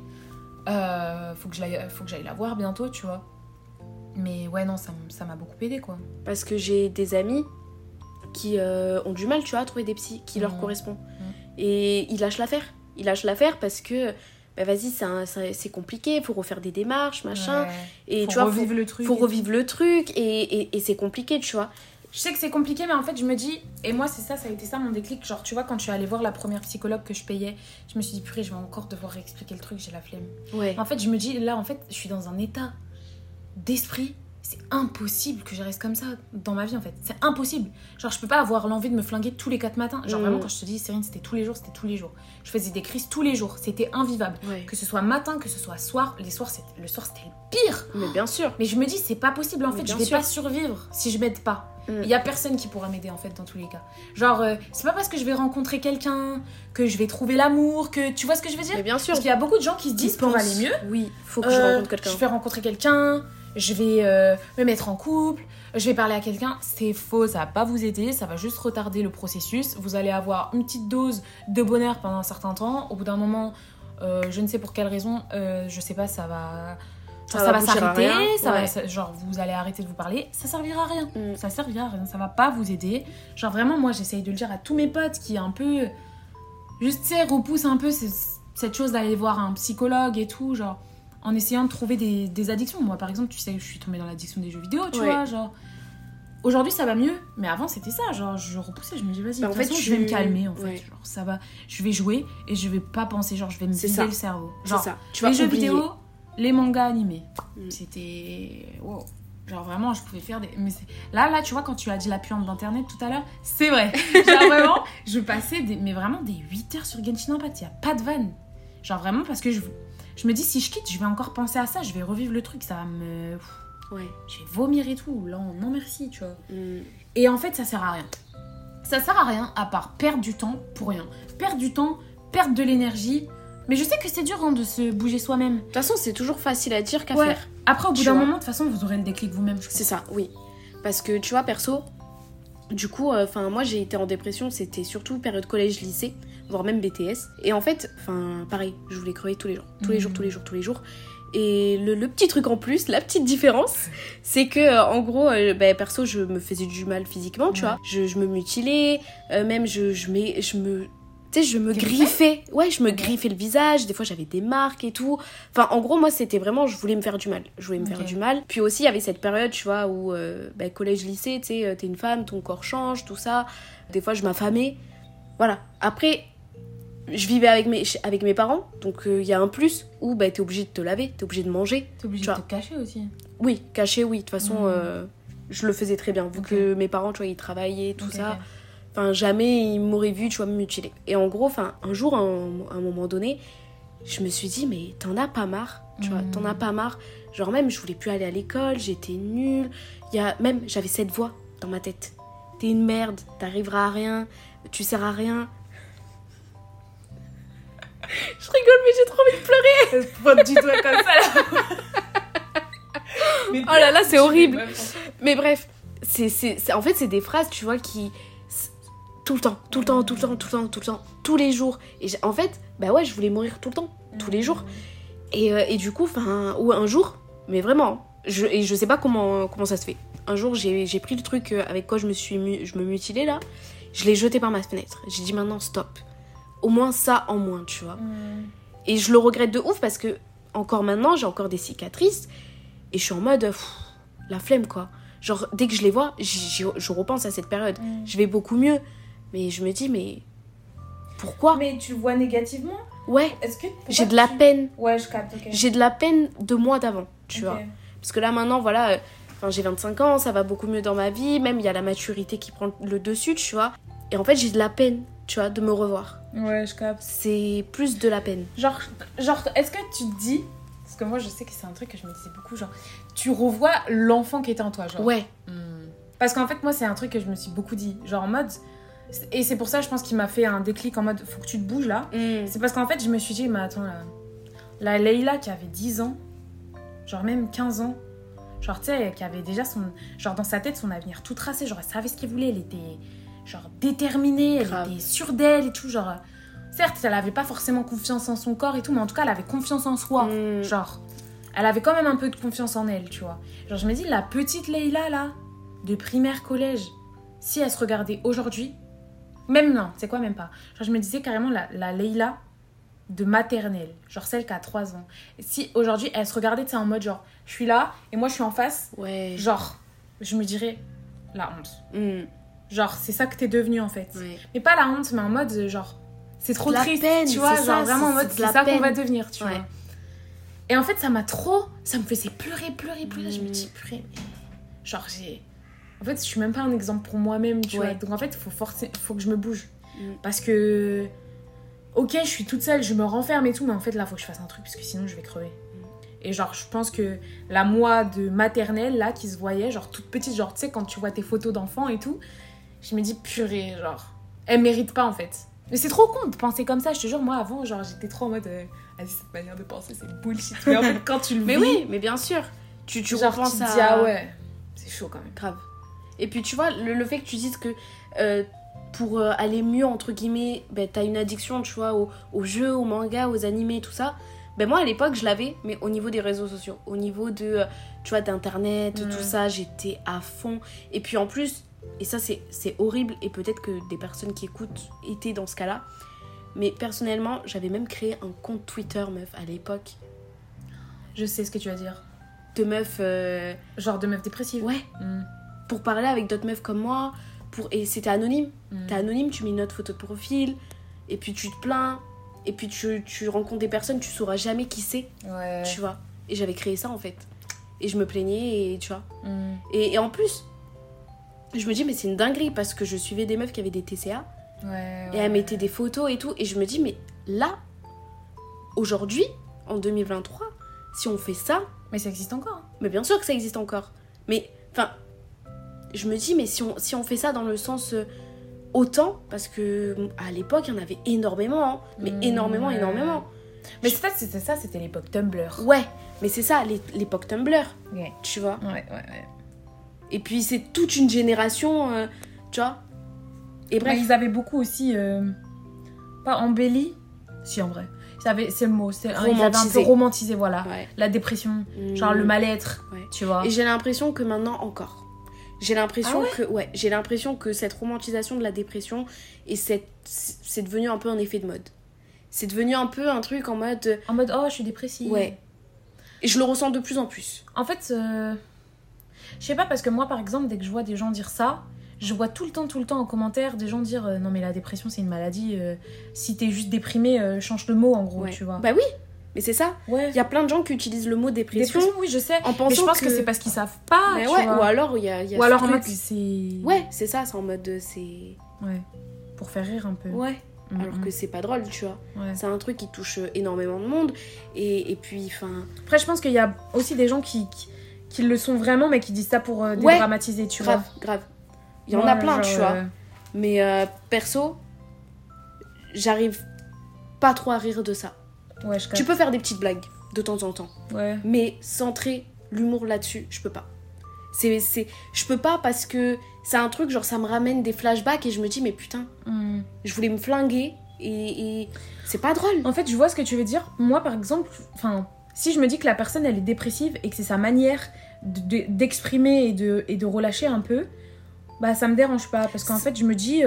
Faut que j'aille la voir bientôt, tu vois. Mais ouais, non, ça m'a beaucoup aidée, quoi. Parce que j'ai des amis qui ont du mal, tu vois, à trouver des psys qui leur correspondent. Et ils lâchent l'affaire parce que bah vas-y, c'est compliqué, faut refaire des démarches, machin. Et faut revivre le truc. Faut revivre le truc et c'est compliqué, tu vois. Je sais que c'est compliqué, mais en fait, je me dis... Et moi, ça a été ça mon déclic. Genre, tu vois, quand je suis allée voir la première psychologue que je payais, je me suis dit, purée, je vais encore devoir réexpliquer le truc, j'ai la flemme. En fait, je me dis, là, en fait, je suis dans un état d'esprit. C'est impossible que je reste comme ça dans ma vie, en fait. C'est impossible. Genre, je peux pas avoir l'envie de me flinguer tous les 4 matins. Genre, vraiment, quand je te dis, Cérine, c'était tous les jours. Je faisais des crises tous les jours. C'était invivable. Que ce soit matin, que ce soit soir. Le soir, c'était le pire. Mais bien sûr. Mais je me dis, c'est pas possible, en fait. Je vais pas survivre si je m'aide pas. Il y a personne qui pourra m'aider, en fait, dans tous les cas. Genre, c'est pas parce que je vais rencontrer quelqu'un que je vais trouver l'amour, que... Tu vois ce que je veux dire? Mais bien sûr. Parce qu'il y a beaucoup de gens qui se disent, pour aller mieux... faut que je rencontre quelqu'un. Je vais rencontrer quelqu'un... Je vais me mettre en couple, je vais parler à quelqu'un. C'est faux, ça va pas vous aider, ça va juste retarder le processus. Vous allez avoir une petite dose de bonheur pendant un certain temps. Au bout d'un moment, je ne sais pour quelle raison, je sais pas, ça va s'arrêter. Genre, vous allez arrêter de vous parler. Ça servira à rien. Ça servira à rien, ça va pas vous aider. Genre, vraiment, moi, j'essaye de le dire à tous mes potes qui un peu... Juste, tu sais, repoussent un peu cette chose d'aller voir un psychologue et tout, genre... En essayant de trouver des addictions. Moi, par exemple, tu sais, je suis tombée dans l'addiction des jeux vidéo, tu vois, genre... Aujourd'hui, ça va mieux, mais avant, c'était ça, genre, je repoussais, je me dis, vas-y, de toute façon, je vais me calmer, en fait, genre, ça va, je vais jouer, et je vais pas penser, genre, je vais me vider le cerveau. Genre, ça. Les jeux vidéo, les mangas animés, c'était... Wow. Genre, vraiment, je pouvais faire des... Mais là, tu vois, quand tu as dit la puante d'internet tout à l'heure, c'est vrai. Genre, vraiment, je passais vraiment des 8 heures sur Genshin Impact, il y a pas de vanne. Genre, vraiment, parce que je me dis, si je quitte, je vais encore penser à ça, je vais revivre le truc, ça va me... Je vais vomir et tout, là, non merci, tu vois. Et en fait, ça sert à rien. Ça sert à rien, à part perdre du temps pour rien. Perdre du temps, perdre de l'énergie. Mais je sais que c'est dur hein, de se bouger soi-même. De toute façon, c'est toujours facile à dire qu'à faire. Après, au bout d'un moment, de toute façon, vous aurez le déclic vous-même. C'est ça, oui. Parce que, tu vois, perso, du coup, moi, j'ai été en dépression, c'était surtout période collège-lycée, voire même BTS. Et en fait, pareil, je voulais crever tous les jours. Et le petit truc en plus, la petite différence, c'est que en gros, perso, je me faisais du mal physiquement, tu vois. Je me mutilais, même je Tu sais, je me griffais. Ouais, je me griffais le visage. Des fois, j'avais des marques et tout. Enfin, en gros, moi, c'était vraiment... Je voulais me faire du mal. Je voulais me faire du mal. Puis aussi, il y avait cette période, tu vois, où... collège-lycée, tu sais, t'es une femme, ton corps change, tout ça. Des fois, je m'affamais. Voilà. Après, je vivais avec mes parents. Donc, il y a un plus où t'es obligé de te laver. T'es obligé de manger. T'es obligé de te cacher aussi. Oui, cacher, oui. De toute façon, je le faisais très bien. Vu que mes parents, tu vois, ils travaillaient, tout ça... Enfin, jamais ils m'auraient vu, tu vois, me mutiler. Et en gros, un jour, à un moment donné, je me suis dit, mais t'en as pas marre, tu vois, t'en as pas marre. Genre même, je voulais plus aller à l'école, j'étais nulle. Même, j'avais cette voix dans ma tête. T'es une merde, t'arriveras à rien, tu sers à rien. Je rigole, mais j'ai trop envie de pleurer. Pas du tout comme ça, là. Mais oh là là, c'est horrible. Mais bref, en fait, c'est des phrases, tu vois, qui... Tout le temps, tous les jours. Et en fait, je voulais mourir tout le temps, tous les jours. Et du coup, ou un jour, mais vraiment, je sais pas comment ça se fait. Un jour, j'ai pris le truc avec quoi je me mutilais là, je l'ai jeté par ma fenêtre. J'ai dit maintenant, stop. Au moins ça en moins, tu vois. Et je le regrette de ouf parce que, encore maintenant, j'ai encore des cicatrices. Et je suis en mode, la flemme quoi. Genre, dès que je les vois, je repense à cette période. Je vais beaucoup mieux. Mais je me dis, mais pourquoi ? Mais tu le vois négativement ? Ouais, j'ai de la peine. Ouais, je capte, ok. J'ai de la peine de moi d'avant, tu vois. Parce que là, maintenant, voilà, j'ai 25 ans, ça va beaucoup mieux dans ma vie. Même, il y a la maturité qui prend le dessus, tu vois. Et en fait, j'ai de la peine, tu vois, de me revoir. Ouais, je capte. C'est plus de la peine. Genre est-ce que tu te dis... Parce que moi, je sais que c'est un truc que je me disais beaucoup, genre... Tu revois l'enfant qui était en toi, genre. Ouais. Parce qu'en fait, moi, c'est un truc que je me suis beaucoup dit. Genre en mode... Et c'est pour ça, je pense, qu'il m'a fait un déclic en mode faut que tu te bouges là. C'est parce qu'en fait, je me suis dit, mais attends, la Leïla qui avait 10 ans, genre même 15 ans, genre tu sais, qui avait déjà genre dans sa tête son avenir tout tracé, genre elle savait ce qu'elle voulait, elle était genre déterminée, elle était sûre d'elle et tout, genre certes, elle avait pas forcément confiance en son corps et tout, mais en tout cas, elle avait confiance en soi, genre elle avait quand même un peu de confiance en elle, tu vois. Genre je me dis, la petite Leïla là, de primaire collège, si elle se regardait aujourd'hui, même non, c'est quoi, même pas. Genre, je me disais carrément la Leïla de maternelle, genre celle qui a 3 ans. Et si aujourd'hui, elle se regardait, tu sais, en mode genre, je suis là et moi je suis en face, genre, je me dirais, la honte. Genre, c'est ça que t'es devenue en fait. Mais pas la honte, mais en mode genre, c'est trop triste, peine, tu vois, genre ça, vraiment en mode, c'est ça qu'on va devenir, tu vois. Et en fait, ça me faisait pleurer. Je me dis, purée, mais genre, en fait, je suis même pas un exemple pour moi-même, tu vois. Donc, en fait, faut que je me bouge. Parce que, ok, je suis toute seule, je me renferme et tout, mais en fait, là, faut que je fasse un truc, parce que sinon, je vais crever. Et genre, je pense que la moi de maternelle, là, qui se voyait, genre, toute petite, genre, tu sais, quand tu vois tes photos d'enfants et tout, je me dis, purée, genre, elle mérite pas, en fait. Mais c'est trop con de penser comme ça, je te jure, moi, avant, genre, j'étais trop en mode, cette manière de penser, c'est bullshit. Mais en fait, quand tu le vis... Mais oui, mais bien sûr. Tu genre, repenses tu te dis, ah ouais, c'est chaud quand même. Grave. Et puis tu vois, le fait que tu dises que pour aller mieux, entre guillemets, t'as une addiction, tu vois, aux jeux, aux mangas, aux animés, tout ça. Moi, à l'époque, je l'avais, mais au niveau des réseaux sociaux, au niveau de, tu vois, d'internet, tout ça, j'étais à fond. Et puis en plus, et ça, c'est horrible, et peut-être que des personnes qui écoutent étaient dans ce cas-là, mais personnellement, j'avais même créé un compte Twitter, meuf, à l'époque. Je sais ce que tu vas dire. De meuf... Genre de meuf dépressive. Ouais. Pour parler avec d'autres meufs comme moi, et c'était anonyme. T'es anonyme, tu mets une autre photo de profil, et puis tu te plains, et puis tu rencontres des personnes, tu sauras jamais qui c'est, tu vois. Et j'avais créé ça en fait. Et je me plaignais, et tu vois. Et en plus, je me dis, mais c'est une dinguerie, parce que je suivais des meufs qui avaient des TCA, et elles mettaient des photos et tout, et je me dis, mais là, aujourd'hui, en 2023, si on fait ça... Mais ça existe encore. Mais bien sûr que ça existe encore. Mais, enfin... Je me dis, mais si on fait ça dans le sens autant, parce que à l'époque, il y en avait énormément, hein, mais énormément. Mais c'était ça, c'était l'époque Tumblr. Ouais, mais c'est ça, l'époque Tumblr, tu vois. Ouais. Et puis, c'est toute une génération, tu vois. Et bref. Mais ils avaient beaucoup aussi, pas embelli, si en vrai. C'est le mot, ils avaient un peu romantisé, voilà. Ouais. La dépression, genre le mal-être, tu vois. Et j'ai l'impression que maintenant encore. J'ai l'impression Ah ouais j'ai l'impression que cette romantisation de la dépression, c'est devenu un peu un effet de mode. C'est devenu un peu un truc en mode... En mode, oh, je suis dépressive. Ouais. Et je le ressens de plus en plus. En fait, je sais pas, parce que moi, par exemple, dès que je vois des gens dire ça, je vois tout le temps en commentaire des gens dire non, mais la dépression, c'est une maladie. Si t'es juste déprimé, change de mot, en gros, Ouais. tu vois. Bah oui, mais c'est ça. Ouais. Il y a plein de gens qui utilisent le mot dépression, Oui, je sais. en pensant Mais je pense que c'est parce qu'ils savent pas. Mais tu ouais, vois. ou alors il y a Ou ce alors en truc. mode c'est. Ouais, c'est ça, c'est en mode c'est... Ouais. Pour faire rire un peu. Ouais. Mhm. Alors que c'est pas drôle, tu vois. Ouais. C'est un truc qui touche énormément de monde. Et puis, enfin... Après, je pense qu'il y a aussi des gens qui le sont vraiment, mais qui disent ça pour dédramatiser, tu grave, vois. grave. Il y en Moi, a plein, genre, tu vois. Mais perso, j'arrive pas trop à rire de ça. Ouais, je Tu capte. peux faire des petites blagues de temps en temps. Ouais. Mais centrer l'humour là-dessus, je peux pas. Je peux pas parce que c'est un truc, genre ça me ramène des flashbacks et je me dis, mais putain, Hmm. je voulais me flinguer et c'est pas drôle. En fait, je vois ce que tu veux dire. Moi, par exemple, si je me dis que la personne, elle est dépressive et que c'est sa manière d'exprimer et de relâcher un peu, bah ça me dérange pas. Parce qu'en fait, je me dis...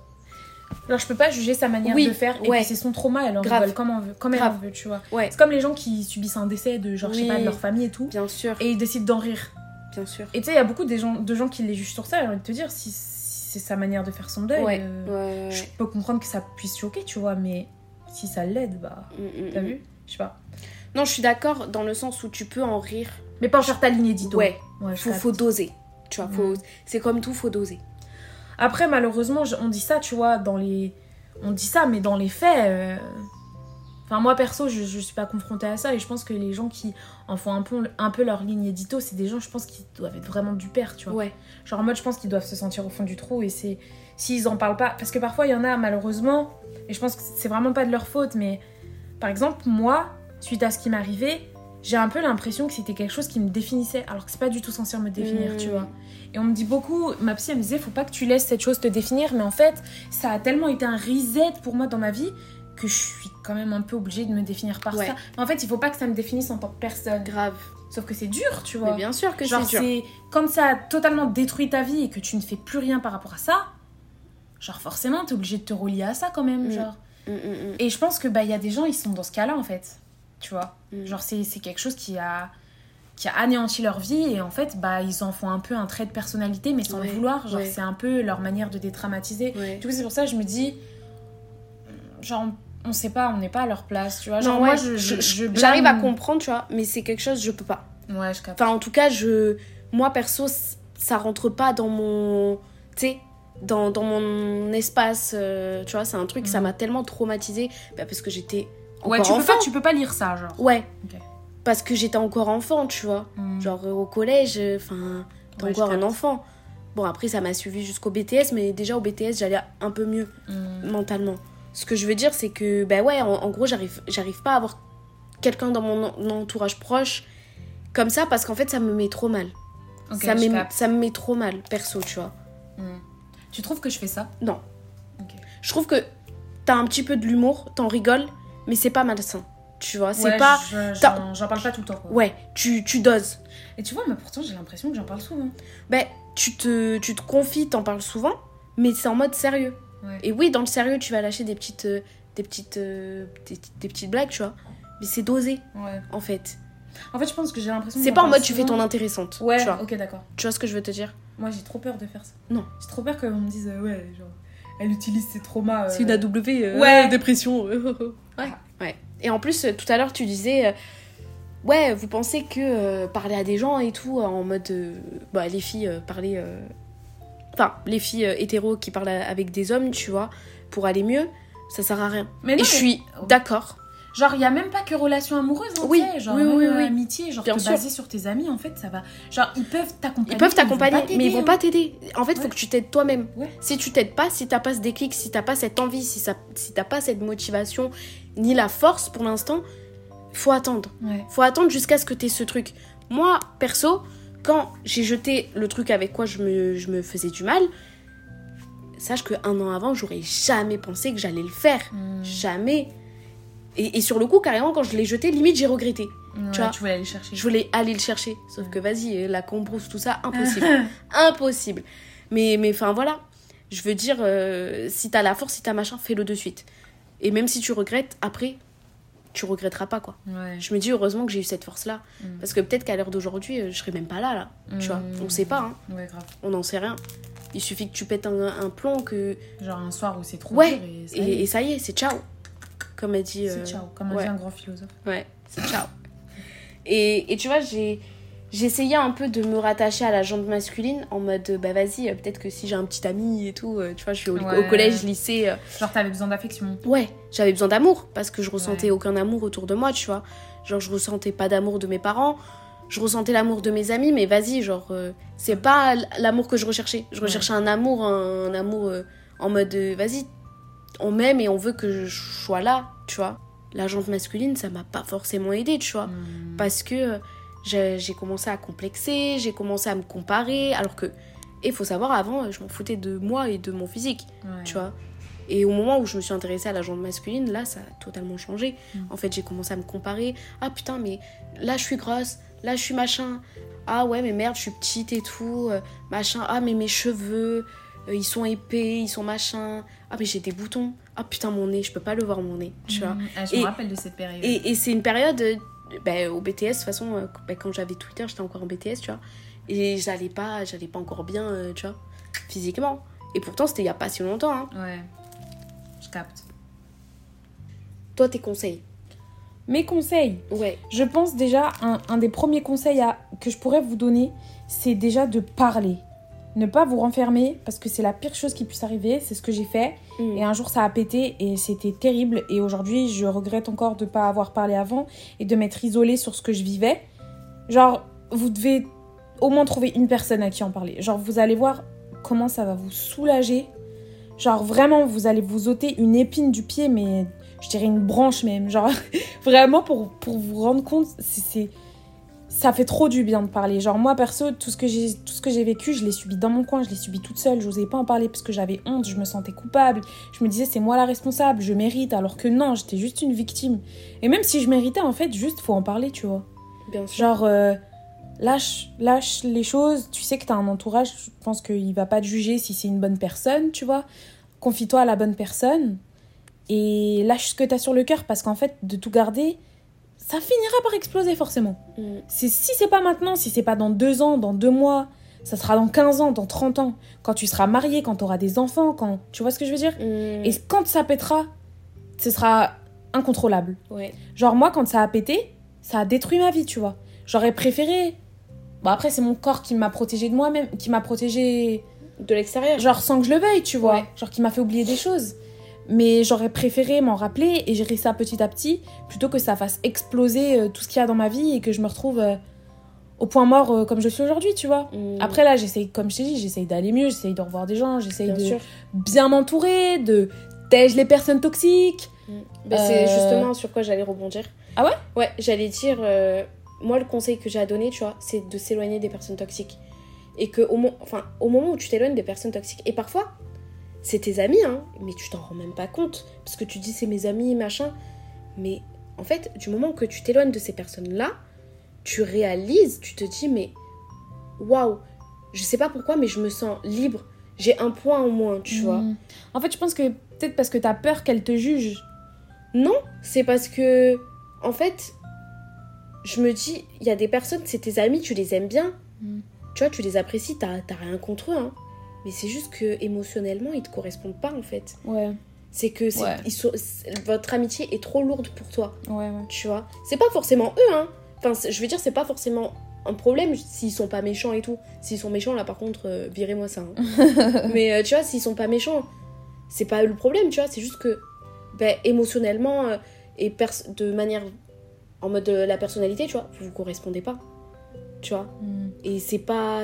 Alors, je peux pas juger sa manière Oui, de faire. Et ouais. puis, c'est son trauma, elle en Grave. rigole comme elle en Grave. veut, tu vois. Ouais, C'est comme les gens qui subissent un décès de, genre, je sais Oui. pas, de leur famille et tout. bien sûr, Et ils décident d'en rire. bien sûr. Et tu sais, il y a beaucoup de gens qui les jugent sur ça. J'ai envie de te dire, si c'est sa manière de faire son deuil, Ouais, je peux comprendre que ça puisse choquer, tu vois. Mais si ça l'aide, bah... T'as vu? Je sais pas. Non, je suis d'accord dans le sens où tu peux en rire. Mais pas en faire ta ligne édito. Ouais, Ouais, je faut capte. doser. Tu vois, c'est comme tout, faut doser. Après, malheureusement, on dit ça, tu vois, on dit ça, mais dans les faits... Enfin, moi, perso, je suis pas confrontée à ça. Et je pense que les gens qui en font un peu leur ligne édito, c'est des gens, je pense, qui doivent être vraiment du père, tu vois. Ouais, Genre, en mode, je pense qu'ils doivent se sentir au fond du trou. Et c'est... S'ils en parlent pas... Parce que parfois, il y en a, malheureusement... Et je pense que c'est vraiment pas de leur faute, mais... Par exemple, moi, suite à ce qui m'est arrivé, j'ai un peu l'impression que c'était quelque chose qui me définissait. Alors que c'est pas du tout censé me définir, tu vois. Et on me dit beaucoup... Ma psy, elle me disait, faut pas que tu laisses cette chose te définir. Mais en fait, ça a tellement été un reset pour moi dans ma vie que je suis quand même un peu obligée de me définir par Ouais. ça. Mais en fait, il faut pas que ça me définisse en tant que personne. grave. Sauf que c'est dur, tu vois. Mais bien sûr que Genre, c'est dur. c'est quand ça a totalement détruit ta vie et que tu ne fais plus rien par rapport à ça, genre forcément, t'es obligé de te relier à ça quand même, genre. Et je pense que il y a des gens, ils sont dans ce cas-là en fait, tu vois. Genre c'est quelque chose qui a anéanti leur vie et en fait ils en font un peu un trait de personnalité mais sans le Ouais, vouloir. Genre ouais. c'est un peu leur manière de dédramatiser. Ouais. Du coup c'est pour ça que je me dis, genre on sait pas, on n'est pas à leur place, tu vois. Genre Non, moi ouais, je j'arrive à blâme- comprendre, tu vois, mais c'est quelque chose, je peux pas. Ouais, je capte. Enfin, en tout cas, moi, perso, ça rentre pas dans mon... Tu sais, dans mon espace, tu vois, c'est un truc, ça m'a tellement traumatisée, parce que j'étais Ouais, encore enfant. tu peux pas lire ça, genre. Ouais, Ok. parce que j'étais encore enfant, tu vois. Mm. Genre, au collège, enfin, t'es Ouais, encore je un capte. enfant. Bon, après, ça m'a suivi jusqu'au BTS, mais déjà, au BTS, j'allais un peu mieux mentalement. Ce que je veux dire, c'est que, ouais, en gros, j'arrive pas à avoir quelqu'un dans mon entourage proche comme ça, parce qu'en fait, ça me met trop mal. Ok, ça je capte. me met trop mal, perso, tu vois. Tu trouves que je fais ça? Non. Ok. Je trouve que t'as un petit peu de l'humour, t'en rigoles, mais c'est pas malsain. Tu vois, c'est Ouais, pas... j'en parle pas tout le temps, quoi. Ouais, tu doses. Et tu vois, mais pourtant, j'ai l'impression que j'en parle souvent. Tu te confies, t'en parles souvent, mais c'est en mode sérieux. Ouais. Et oui, dans le sérieux, tu vas lâcher des petites blagues, tu vois. Mais c'est dosé, Ouais. en fait. En fait, je pense que j'ai l'impression que C'est j'en pas en parle mode tu fais souvent. ton intéressante, Ouais, tu vois. ok, d'accord. Tu vois ce que je veux te dire? Moi, j'ai trop peur de faire ça. Non. J'ai trop peur qu'on me dise, ouais, genre, elle utilise ses traumas. C'est une AW, Ouais. dépression. Ouais. Et en plus, tout à l'heure, tu disais... ouais, vous pensez que parler à des gens et tout, en mode... les filles parler... Enfin, les filles hétéros qui parlent avec des hommes, tu vois, pour aller mieux, ça sert à rien. Mais non, Et je suis d'accord. Genre, il y a même pas que relation amoureuse, hein, Oui, tu sais, genre, oui, même, oui. amitié, genre, Bien te sûr. baser sur tes amis, en fait, ça va. Genre, ils peuvent t'accompagner. Ils peuvent t'accompagner, mais ils vont pas t'aider. t'aider. En fait, il faut Ouais. que tu t'aides toi-même. Ouais. Si tu t'aides pas, si t'as pas ce déclic, si t'as pas cette envie, si t'as pas cette motivation, ni la force pour l'instant, faut attendre. Ouais. Faut attendre jusqu'à ce que t'aies ce truc. Moi, perso, quand j'ai jeté le truc avec quoi je me faisais du mal, sache que 1 an avant, j'aurais jamais pensé que j'allais le faire. Jamais. Et sur le coup, carrément, quand je l'ai jeté, limite, j'ai regretté. tu vois, tu voulais aller le chercher. Je voulais aller le chercher. Sauf que vas-y, la cambrousse, tout ça, impossible. Impossible. Mais enfin, voilà. Je veux dire, si t'as la force, si t'as machin, fais-le de suite. Et même si tu regrettes, après, tu regretteras pas, quoi. Ouais. Je me dis, heureusement que j'ai eu cette force-là. Parce que peut-être qu'à l'heure d'aujourd'hui, je serais même pas là. Tu vois, on sait pas, hein. Ouais, grave. On n'en sait rien. Il suffit que tu pètes un plomb que... Genre un soir où c'est trop ouais, dur et ça y est, c'est ciao. Comme elle dit... C'est ciao, comme a dit un grand philosophe. Ouais, c'est ciao. Et tu vois, j'ai essayé un peu de me rattacher à la jante masculine en mode, bah vas-y, peut-être que si j'ai un petit ami et tout, tu vois, je suis au collège, lycée... Genre t'avais besoin d'affection. Ouais, j'avais besoin d'amour parce que je ressentais aucun amour autour de moi, tu vois. Genre, je ressentais pas d'amour de mes parents, je ressentais l'amour de mes amis, mais vas-y, genre, c'est pas l'amour que je recherchais. Je recherchais un amour en mode, vas-y, on m'aime et on veut que je sois là, tu vois. La jante masculine, ça m'a pas forcément aidée, tu vois. Parce que j'ai commencé à complexer, j'ai commencé à me comparer, alors que, il faut savoir, avant, je m'en foutais de moi et de mon physique, tu vois. Et au moment où je me suis intéressée à la jante masculine, là, ça a totalement changé. En fait, j'ai commencé à me comparer. Ah putain, mais là, je suis grosse, là, je suis machin. Ah ouais, mais merde, je suis petite et tout, machin. Ah, mais mes cheveux, ils sont épais, ils sont machin. Ah, mais j'ai des boutons. Ah putain, mon nez, je peux pas le voir, mon nez, tu vois. Je me rappelle de cette période. Et c'est une période, au BTS, de toute façon, quand j'avais Twitter, j'étais encore en BTS, tu vois. Et j'allais pas encore bien, tu vois, physiquement. Et pourtant, c'était il y a pas si longtemps, hein. Ouais, je capte. Toi, tes conseils? Mes conseils? Ouais. Je pense déjà, un des premiers conseils que je pourrais vous donner, c'est déjà de parler. Ne pas vous renfermer, parce que c'est la pire chose qui puisse arriver. C'est ce que j'ai fait. Et un jour, ça a pété et c'était terrible. Et aujourd'hui, je regrette encore de ne pas avoir parlé avant et de m'être isolée sur ce que je vivais. Genre, vous devez au moins trouver une personne à qui en parler. Genre, vous allez voir comment ça va vous soulager. Genre, vraiment, vous allez vous ôter une épine du pied, mais je dirais une branche même. Genre, vraiment, pour vous rendre compte, ça fait trop du bien de parler. Genre, moi, perso, tout ce que j'ai vécu, je l'ai subi dans mon coin, je l'ai subi toute seule. J'osais pas en parler parce que j'avais honte, je me sentais coupable. Je me disais, c'est moi la responsable, je mérite. Alors que non, j'étais juste une victime. Et même si je méritais, en fait, juste, faut en parler, tu vois. Bien sûr. Genre, lâche les choses. Tu sais que t'as un entourage, je pense qu'il va pas te juger si c'est une bonne personne, tu vois. Confie-toi à la bonne personne. Et lâche ce que t'as sur le cœur parce qu'en fait, de tout garder... ça finira par exploser forcément. Si c'est pas maintenant, si c'est pas dans 2 ans, dans 2 mois, ça sera dans 15 ans, dans 30 ans, quand tu seras marié, quand tu auras des enfants, quand... tu vois ce que je veux dire? Et quand ça pètera, ce sera incontrôlable. Ouais. Genre moi, quand ça a pété, ça a détruit ma vie, tu vois. J'aurais préféré... Bon, après, c'est mon corps qui m'a protégée de moi-même, qui m'a protégée... de l'extérieur. Genre sans que je le veuille, tu vois. Ouais. Genre qui m'a fait oublier des choses. Mais j'aurais préféré m'en rappeler et gérer ça petit à petit plutôt que ça fasse exploser tout ce qu'il y a dans ma vie et que je me retrouve au point mort comme je suis aujourd'hui, tu vois. Après là, j'essaye, comme je t'ai dit, j'essaye d'aller mieux, j'essaye de revoir des gens, j'essaye de bien m'entourer, de tège les personnes toxiques. C'est justement sur quoi j'allais rebondir. Ah ouais? Ouais, j'allais dire, moi le conseil que j'ai à donner, tu vois, c'est de s'éloigner des personnes toxiques. Et que au moment où tu t'éloignes des personnes toxiques, et parfois... c'est tes amis, hein, mais tu t'en rends même pas compte. Parce que tu dis c'est mes amis, machin. Mais en fait, du moment que tu t'éloignes de ces personnes-là, tu réalises, tu te dis, mais waouh, je sais pas pourquoi, mais je me sens libre. J'ai un point en moins, tu vois. En fait, je pense que peut-être parce que t'as peur qu'elle te juge. Non, c'est parce que, en fait, je me dis, il y a des personnes, c'est tes amis, tu les aimes bien. Tu vois, tu les apprécies, t'as rien contre eux, hein. Mais c'est juste que émotionnellement, ils te correspondent pas en fait. Ouais. C'est que votre amitié est trop lourde pour toi. Ouais. Tu vois. C'est pas forcément eux, hein. Enfin, je veux dire, c'est pas forcément un problème s'ils sont pas méchants et tout. S'ils sont méchants, là par contre, virez-moi ça. Hein. Mais tu vois, s'ils sont pas méchants, c'est pas eux le problème, tu vois. C'est juste que, émotionnellement et de manière en mode la personnalité, tu vois, vous correspondez pas. Tu vois. Et c'est pas.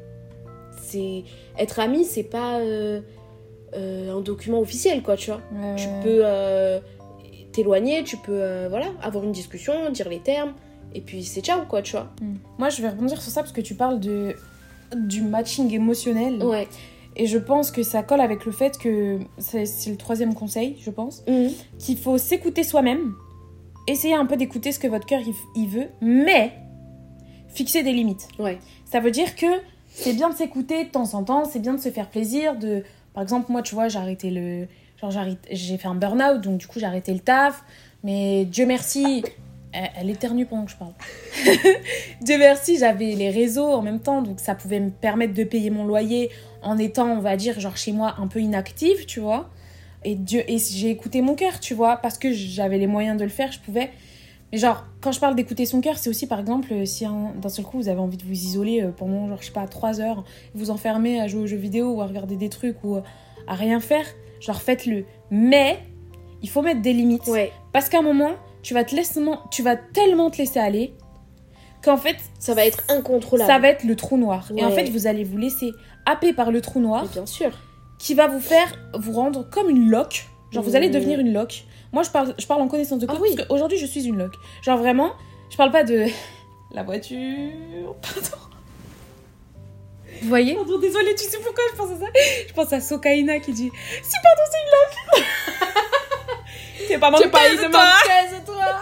Être ami, c'est pas un document officiel, quoi, tu vois. Tu peux t'éloigner, tu peux avoir une discussion, dire les termes, et puis c'est ciao, quoi, tu vois. Moi, je vais rebondir sur ça parce que tu parles du matching émotionnel. Ouais. Et je pense que ça colle avec le fait que, c'est le 3e conseil, je pense, qu'il faut s'écouter soi-même essayez un peu d'écouter ce que votre cœur il veut, mais fixez des limites. Ouais. Ça veut dire que c'est bien de s'écouter de temps en temps, c'est bien de se faire plaisir. Par exemple, moi, tu vois, j'ai fait un burn-out, donc du coup, j'ai arrêté le taf. Mais Dieu merci, elle éternue pendant que je parle. Dieu merci, j'avais les réseaux en même temps, donc ça pouvait me permettre de payer mon loyer en étant, on va dire, genre chez moi, un peu inactive, tu vois. Et j'ai écouté mon cœur, tu vois, parce que j'avais les moyens de le faire, je pouvais. Mais genre, quand je parle d'écouter son cœur, c'est aussi, par exemple, si d'un seul coup, vous avez envie de vous isoler pendant, genre, je sais pas, 3 heures, vous enfermer à jouer aux jeux vidéo ou à regarder des trucs ou à rien faire, genre, faites-le. Mais, il faut mettre des limites. Ouais. Parce qu'à un moment, tu vas tellement te laisser aller qu'en fait... Ça va être incontrôlable. Ça va être le trou noir. Ouais. Et en fait, vous allez vous laisser happer par le trou noir. Mais bien sûr. Qui va vous rendre comme une loque. Genre, vous allez devenir une loque. Moi, je parle en connaissance de cause parce qu'aujourd'hui, je suis une loque. Genre, vraiment, je parle pas de la voiture. Pardon. Vous voyez? Pardon, désolée, tu sais pourquoi je pense à ça? Je pense à Sokaina qui dit si, pardon, c'est une loque. C'est pas mon cas, c'est toi.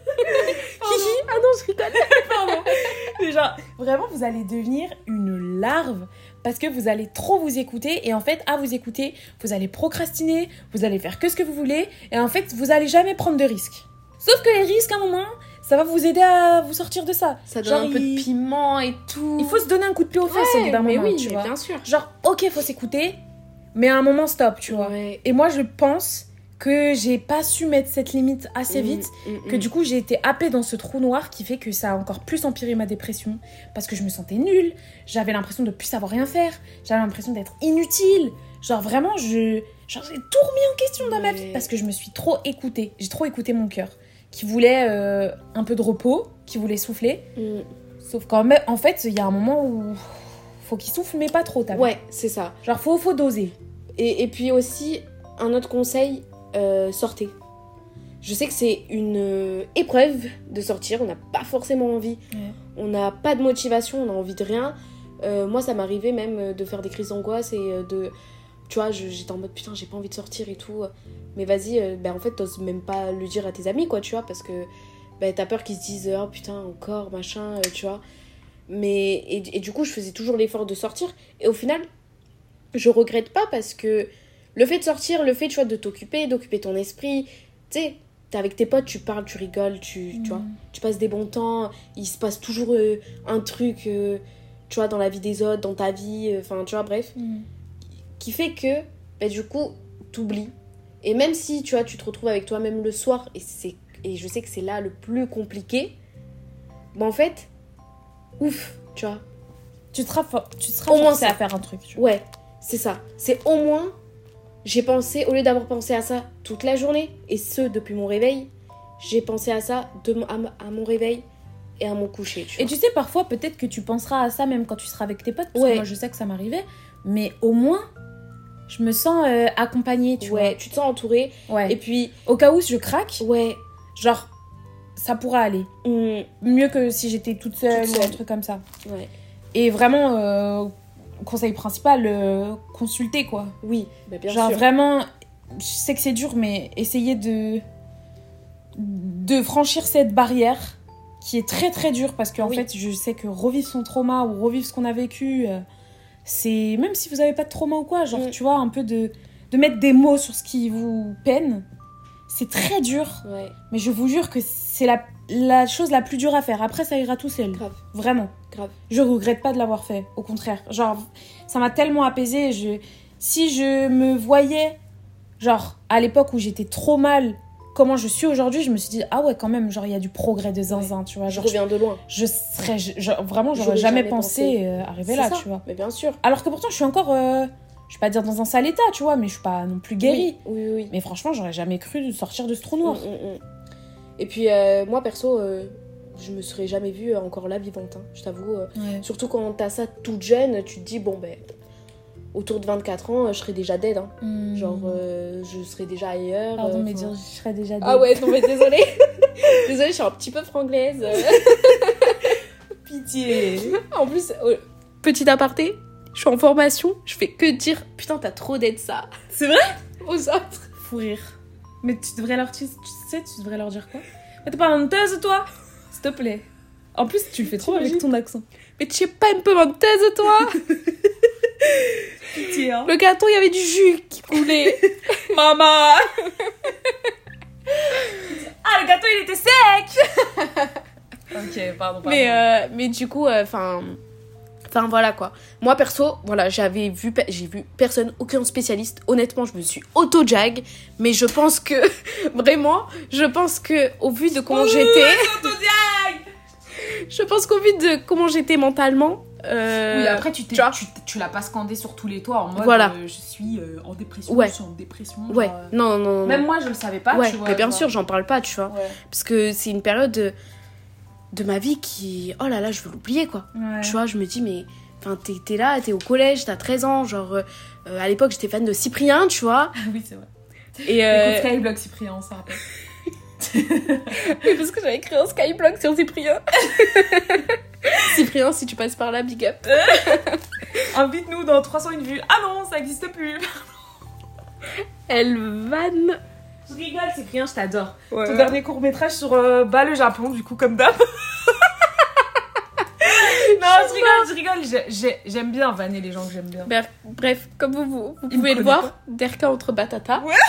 Ah non, je rigole. Pardon. Mais genre, vraiment, vous allez devenir une larve parce que vous allez trop vous écouter. Et en fait, à vous écouter, vous allez procrastiner, vous allez faire que ce que vous voulez. Et en fait, vous allez jamais prendre de risques. Sauf que les risques, à un moment, ça va vous aider à vous sortir de ça. Ça donne un peu de piment et tout. Il faut se donner un coup de pied aux fesses au bout d'un moment, tu vois. Bien sûr. Genre, ok, faut s'écouter, mais à un moment, stop, tu vois. Ouais. Et moi, je pense que j'ai pas su mettre cette limite assez vite, que du coup, j'ai été happée dans ce trou noir qui fait que ça a encore plus empiré ma dépression, parce que je me sentais nulle, j'avais l'impression de plus savoir rien faire, j'avais l'impression d'être inutile. Genre, vraiment, j'ai tout remis en question dans ma vie, parce que je me suis trop écoutée. J'ai trop écouté mon cœur, qui voulait un peu de repos, qui voulait souffler. Sauf qu'en fait, il y a un moment où faut qu'il souffle, mais pas trop, t'as vu. Ouais, c'est ça. Genre, faut doser. Et puis aussi, un autre conseil, sortez. Je sais que c'est une épreuve de sortir, on n'a pas forcément envie, on n'a pas de motivation, on a envie de rien. Moi, ça m'arrivait même de faire des crises d'angoisse et tu vois, j'étais en mode putain, j'ai pas envie de sortir et tout. Mais vas-y, en fait, t'oses même pas le dire à tes amis, quoi, tu vois, parce que t'as peur qu'ils se disent oh putain, encore, machin, tu vois. Mais, et du coup, je faisais toujours l'effort de sortir. Et au final, je regrette pas parce que le fait de sortir, le fait, tu vois, de t'occuper, d'occuper ton esprit, tu sais, t'es avec tes potes, tu parles, tu rigoles, tu vois, tu passes des bons temps, il se passe toujours un truc, tu vois, dans la vie des autres, dans ta vie, enfin, tu vois, bref, qui fait que, du coup, t'oublies. Et même si, tu vois, tu te retrouves avec toi-même le soir, et je sais que c'est là le plus compliqué, en fait, ouf, tu vois. Tu seras au moins forcé à faire un truc, tu vois. Ouais, c'est ça. C'est au moins, j'ai pensé, au lieu d'avoir pensé à ça toute la journée, et ce, depuis mon réveil, j'ai pensé à ça à mon réveil et à mon coucher, tu vois. Et tu sais, parfois, peut-être que tu penseras à ça même quand tu seras avec tes potes, parce que moi, je sais que ça m'arrivait, mais au moins, je me sens accompagnée, tu vois. Ouais, tu te sens entourée. Ouais. Et puis, au cas où je craque, ouais, genre, ça pourra aller. Mieux que si j'étais toute seule ou un truc comme ça. Ouais. Et vraiment, conseil principal, consulter, quoi. Oui, bien sûr. Genre, vraiment, je sais que c'est dur, mais essayez de franchir cette barrière qui est très très dure, parce qu'en fait, je sais que revivre son trauma ou revivre ce qu'on a vécu, c'est, même si vous n'avez pas de trauma ou quoi, genre, tu vois, un peu de mettre des mots sur ce qui vous peine, c'est très dur. Ouais. Mais je vous jure que c'est la chose la plus dure à faire. Après, ça ira tout seul. Grave. Vraiment. Grave. Je regrette pas de l'avoir fait. Au contraire. Genre, ça m'a tellement apaisée. Si je me voyais, genre, à l'époque où j'étais trop mal, comment je suis aujourd'hui, je me suis dit, ah ouais, quand même, genre, il y a du progrès de zinzin, tu vois. Genre, je reviens de loin. Vraiment, j'aurais jamais pensé arriver là, ça. tu vois. Mais bien sûr. Alors que pourtant, je suis encore, je vais pas dire dans un sale état, tu vois, mais je suis pas non plus guérie. Oui. Mais franchement, j'aurais jamais cru de sortir de ce trou noir. Et puis, moi, perso, je me serais jamais vue encore là vivante, hein, je t'avoue. Surtout quand t'as ça toute jeune, tu te dis, bon, autour de 24 ans, je serais déjà dead. Hein. Genre, je serais déjà ailleurs. Pardon, mais dire, je serais déjà dead. Ah ouais, non, mais désolée. Désolée, je suis un petit peu franglaise. Pitié. En plus, petit aparté, je suis en formation, je fais que dire, putain, t'as trop d'être ça. C'est vrai? Aux autres. Fou rire. Mais tu devrais leur dire quoi? Mais t'es pas menteuse, toi? S'il te plaît. En plus, tu le fais trop avec ton accent. Mais tu es pas un peu menteuse, toi? Pitié, hein. Le gâteau, il y avait du jus qui coulait. Maman. Ah, le gâteau, il était sec. Ok, pardon. Mais du coup, enfin voilà quoi. Moi perso, voilà, j'ai vu personne, aucun spécialiste. Honnêtement, je me suis auto-jag, mais je pense que vraiment, au vu de comment j'étais, je pense qu'au vu de comment j'étais mentalement, Oui, après tu l'as pas scandé sur tous les toits en mode voilà. Je suis en dépression, Ouais. je suis en dépression. Ouais, genre, non. Même moi je le savais pas, ouais, tu vois. mais bien genre. sûr, j'en parle pas, tu vois. Ouais. Parce que c'est une période de ma vie qui, oh là là, je veux l'oublier quoi. Ouais. Tu vois, je me dis, mais enfin, t'es là, t'es au collège, t'as 13 ans, genre, à l'époque, j'étais fan de Cyprien, tu vois. Oui, c'est vrai. Et Écoute Skyblock, Cyprien, on s'en rappelle. oui, parce que j'avais écrit un Skyblock sur Cyprien. Cyprien, si tu passes par là, big up. Invite-nous dans 301 vues. Ah non, ça existe plus. Elle vanne. Je rigole, Cyprien, je t'adore. Ouais, Ton ouais. dernier court-métrage sur le Japon, du coup, comme d'hab. Non, je rigole. J'aime bien vanner les gens que j'aime bien. Bref, comme vous Il pouvez me le connaît voir, Derka entre batata. Ouais.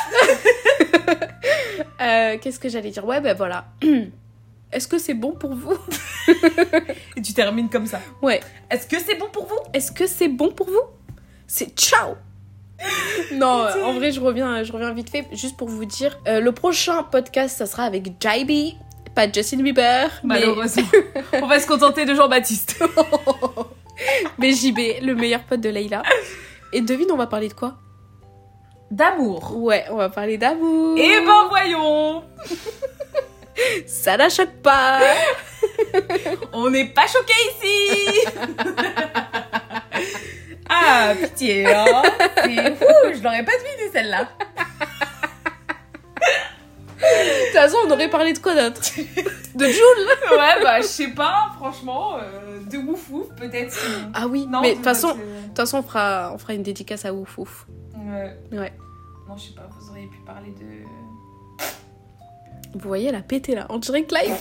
Qu'est-ce que j'allais dire? Ouais, ben voilà. Est-ce que c'est bon pour vous? Et tu termines comme ça. Ouais. Est-ce que c'est bon pour vous? Est-ce que c'est bon pour vous? C'est ciao. Non, en vrai, je reviens vite fait, juste pour vous dire. Le prochain podcast, ça sera avec JB, pas Justin Bieber, Malheureusement. On va se contenter de Jean-Baptiste. mais JB, le meilleur pote de Leïla. Et devine, on va parler de quoi? D'amour. Ouais, on va parler d'amour. Eh ben voyons. Ça la choque pas. On n'est pas choqués ici. Ah, pitié, hein. C'est fou, je l'aurais pas deviné celle-là. De toute façon, on aurait parlé de quoi d'autre? De Jul. Ouais, bah je sais pas, franchement, de ouf ouf peut-être. Ah oui, Non, mais de de toute façon, votre- on fera une dédicace à Ouf Ouf. Ouais. Ouais. Non, je sais pas, vous auriez pu parler de... Vous voyez, elle a pété là, en direct live.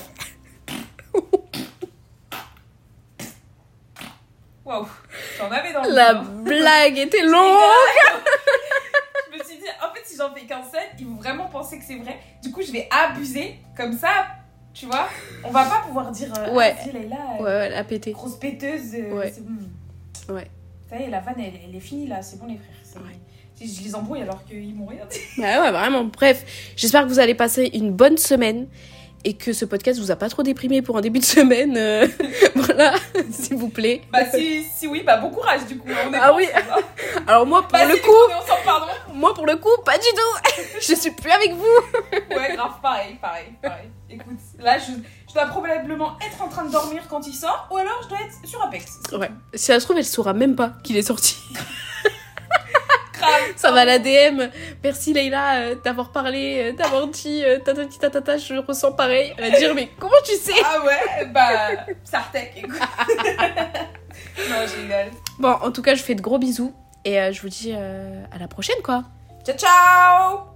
Waouh, j'en avais dans le La ventre. blague était longue. Je me suis dit, en fait, si j'en fais qu'un seul, ils vont vraiment penser que c'est vrai. Du coup, je vais abuser. Comme ça, tu vois, on va pas pouvoir dire Ouais. Ah, si, Leïla, Ouais, elle a pété. grosse péteuse, Ouais. c'est bon. Ouais. Ça y est, la vanne, elle est finie là, c'est bon les frères. Ouais. Je les embrouille alors qu'ils m'ont rien dit. Ouais, vraiment. Bref, j'espère que vous allez passer une bonne semaine et que ce podcast vous a pas trop déprimé pour un début de semaine. Voilà, s'il vous plaît. Bah si oui, bah bon courage du coup. On est Ah pas oui. ensemble, hein. Alors moi, pour Bah le si, du coup, on est ensemble, pardon. pas du tout. Je suis plus avec vous. Ouais, grave, pareil. Écoute, là, je dois probablement être en train de dormir quand il sort, ou alors je dois être sur Apex. Ouais. Si ça se trouve, elle saura même pas qu'il est sorti. Grave. Ça va la DM. Merci Leïla d'avoir parlé, d'avoir dit tatati tatata, je ressens pareil. Elle va dire mais comment tu sais? Ah ouais, bah, Sartek, écoute. Non, je rigole. Bon, en tout cas, je fais de gros bisous et je vous dis à la prochaine quoi. Ciao, ciao.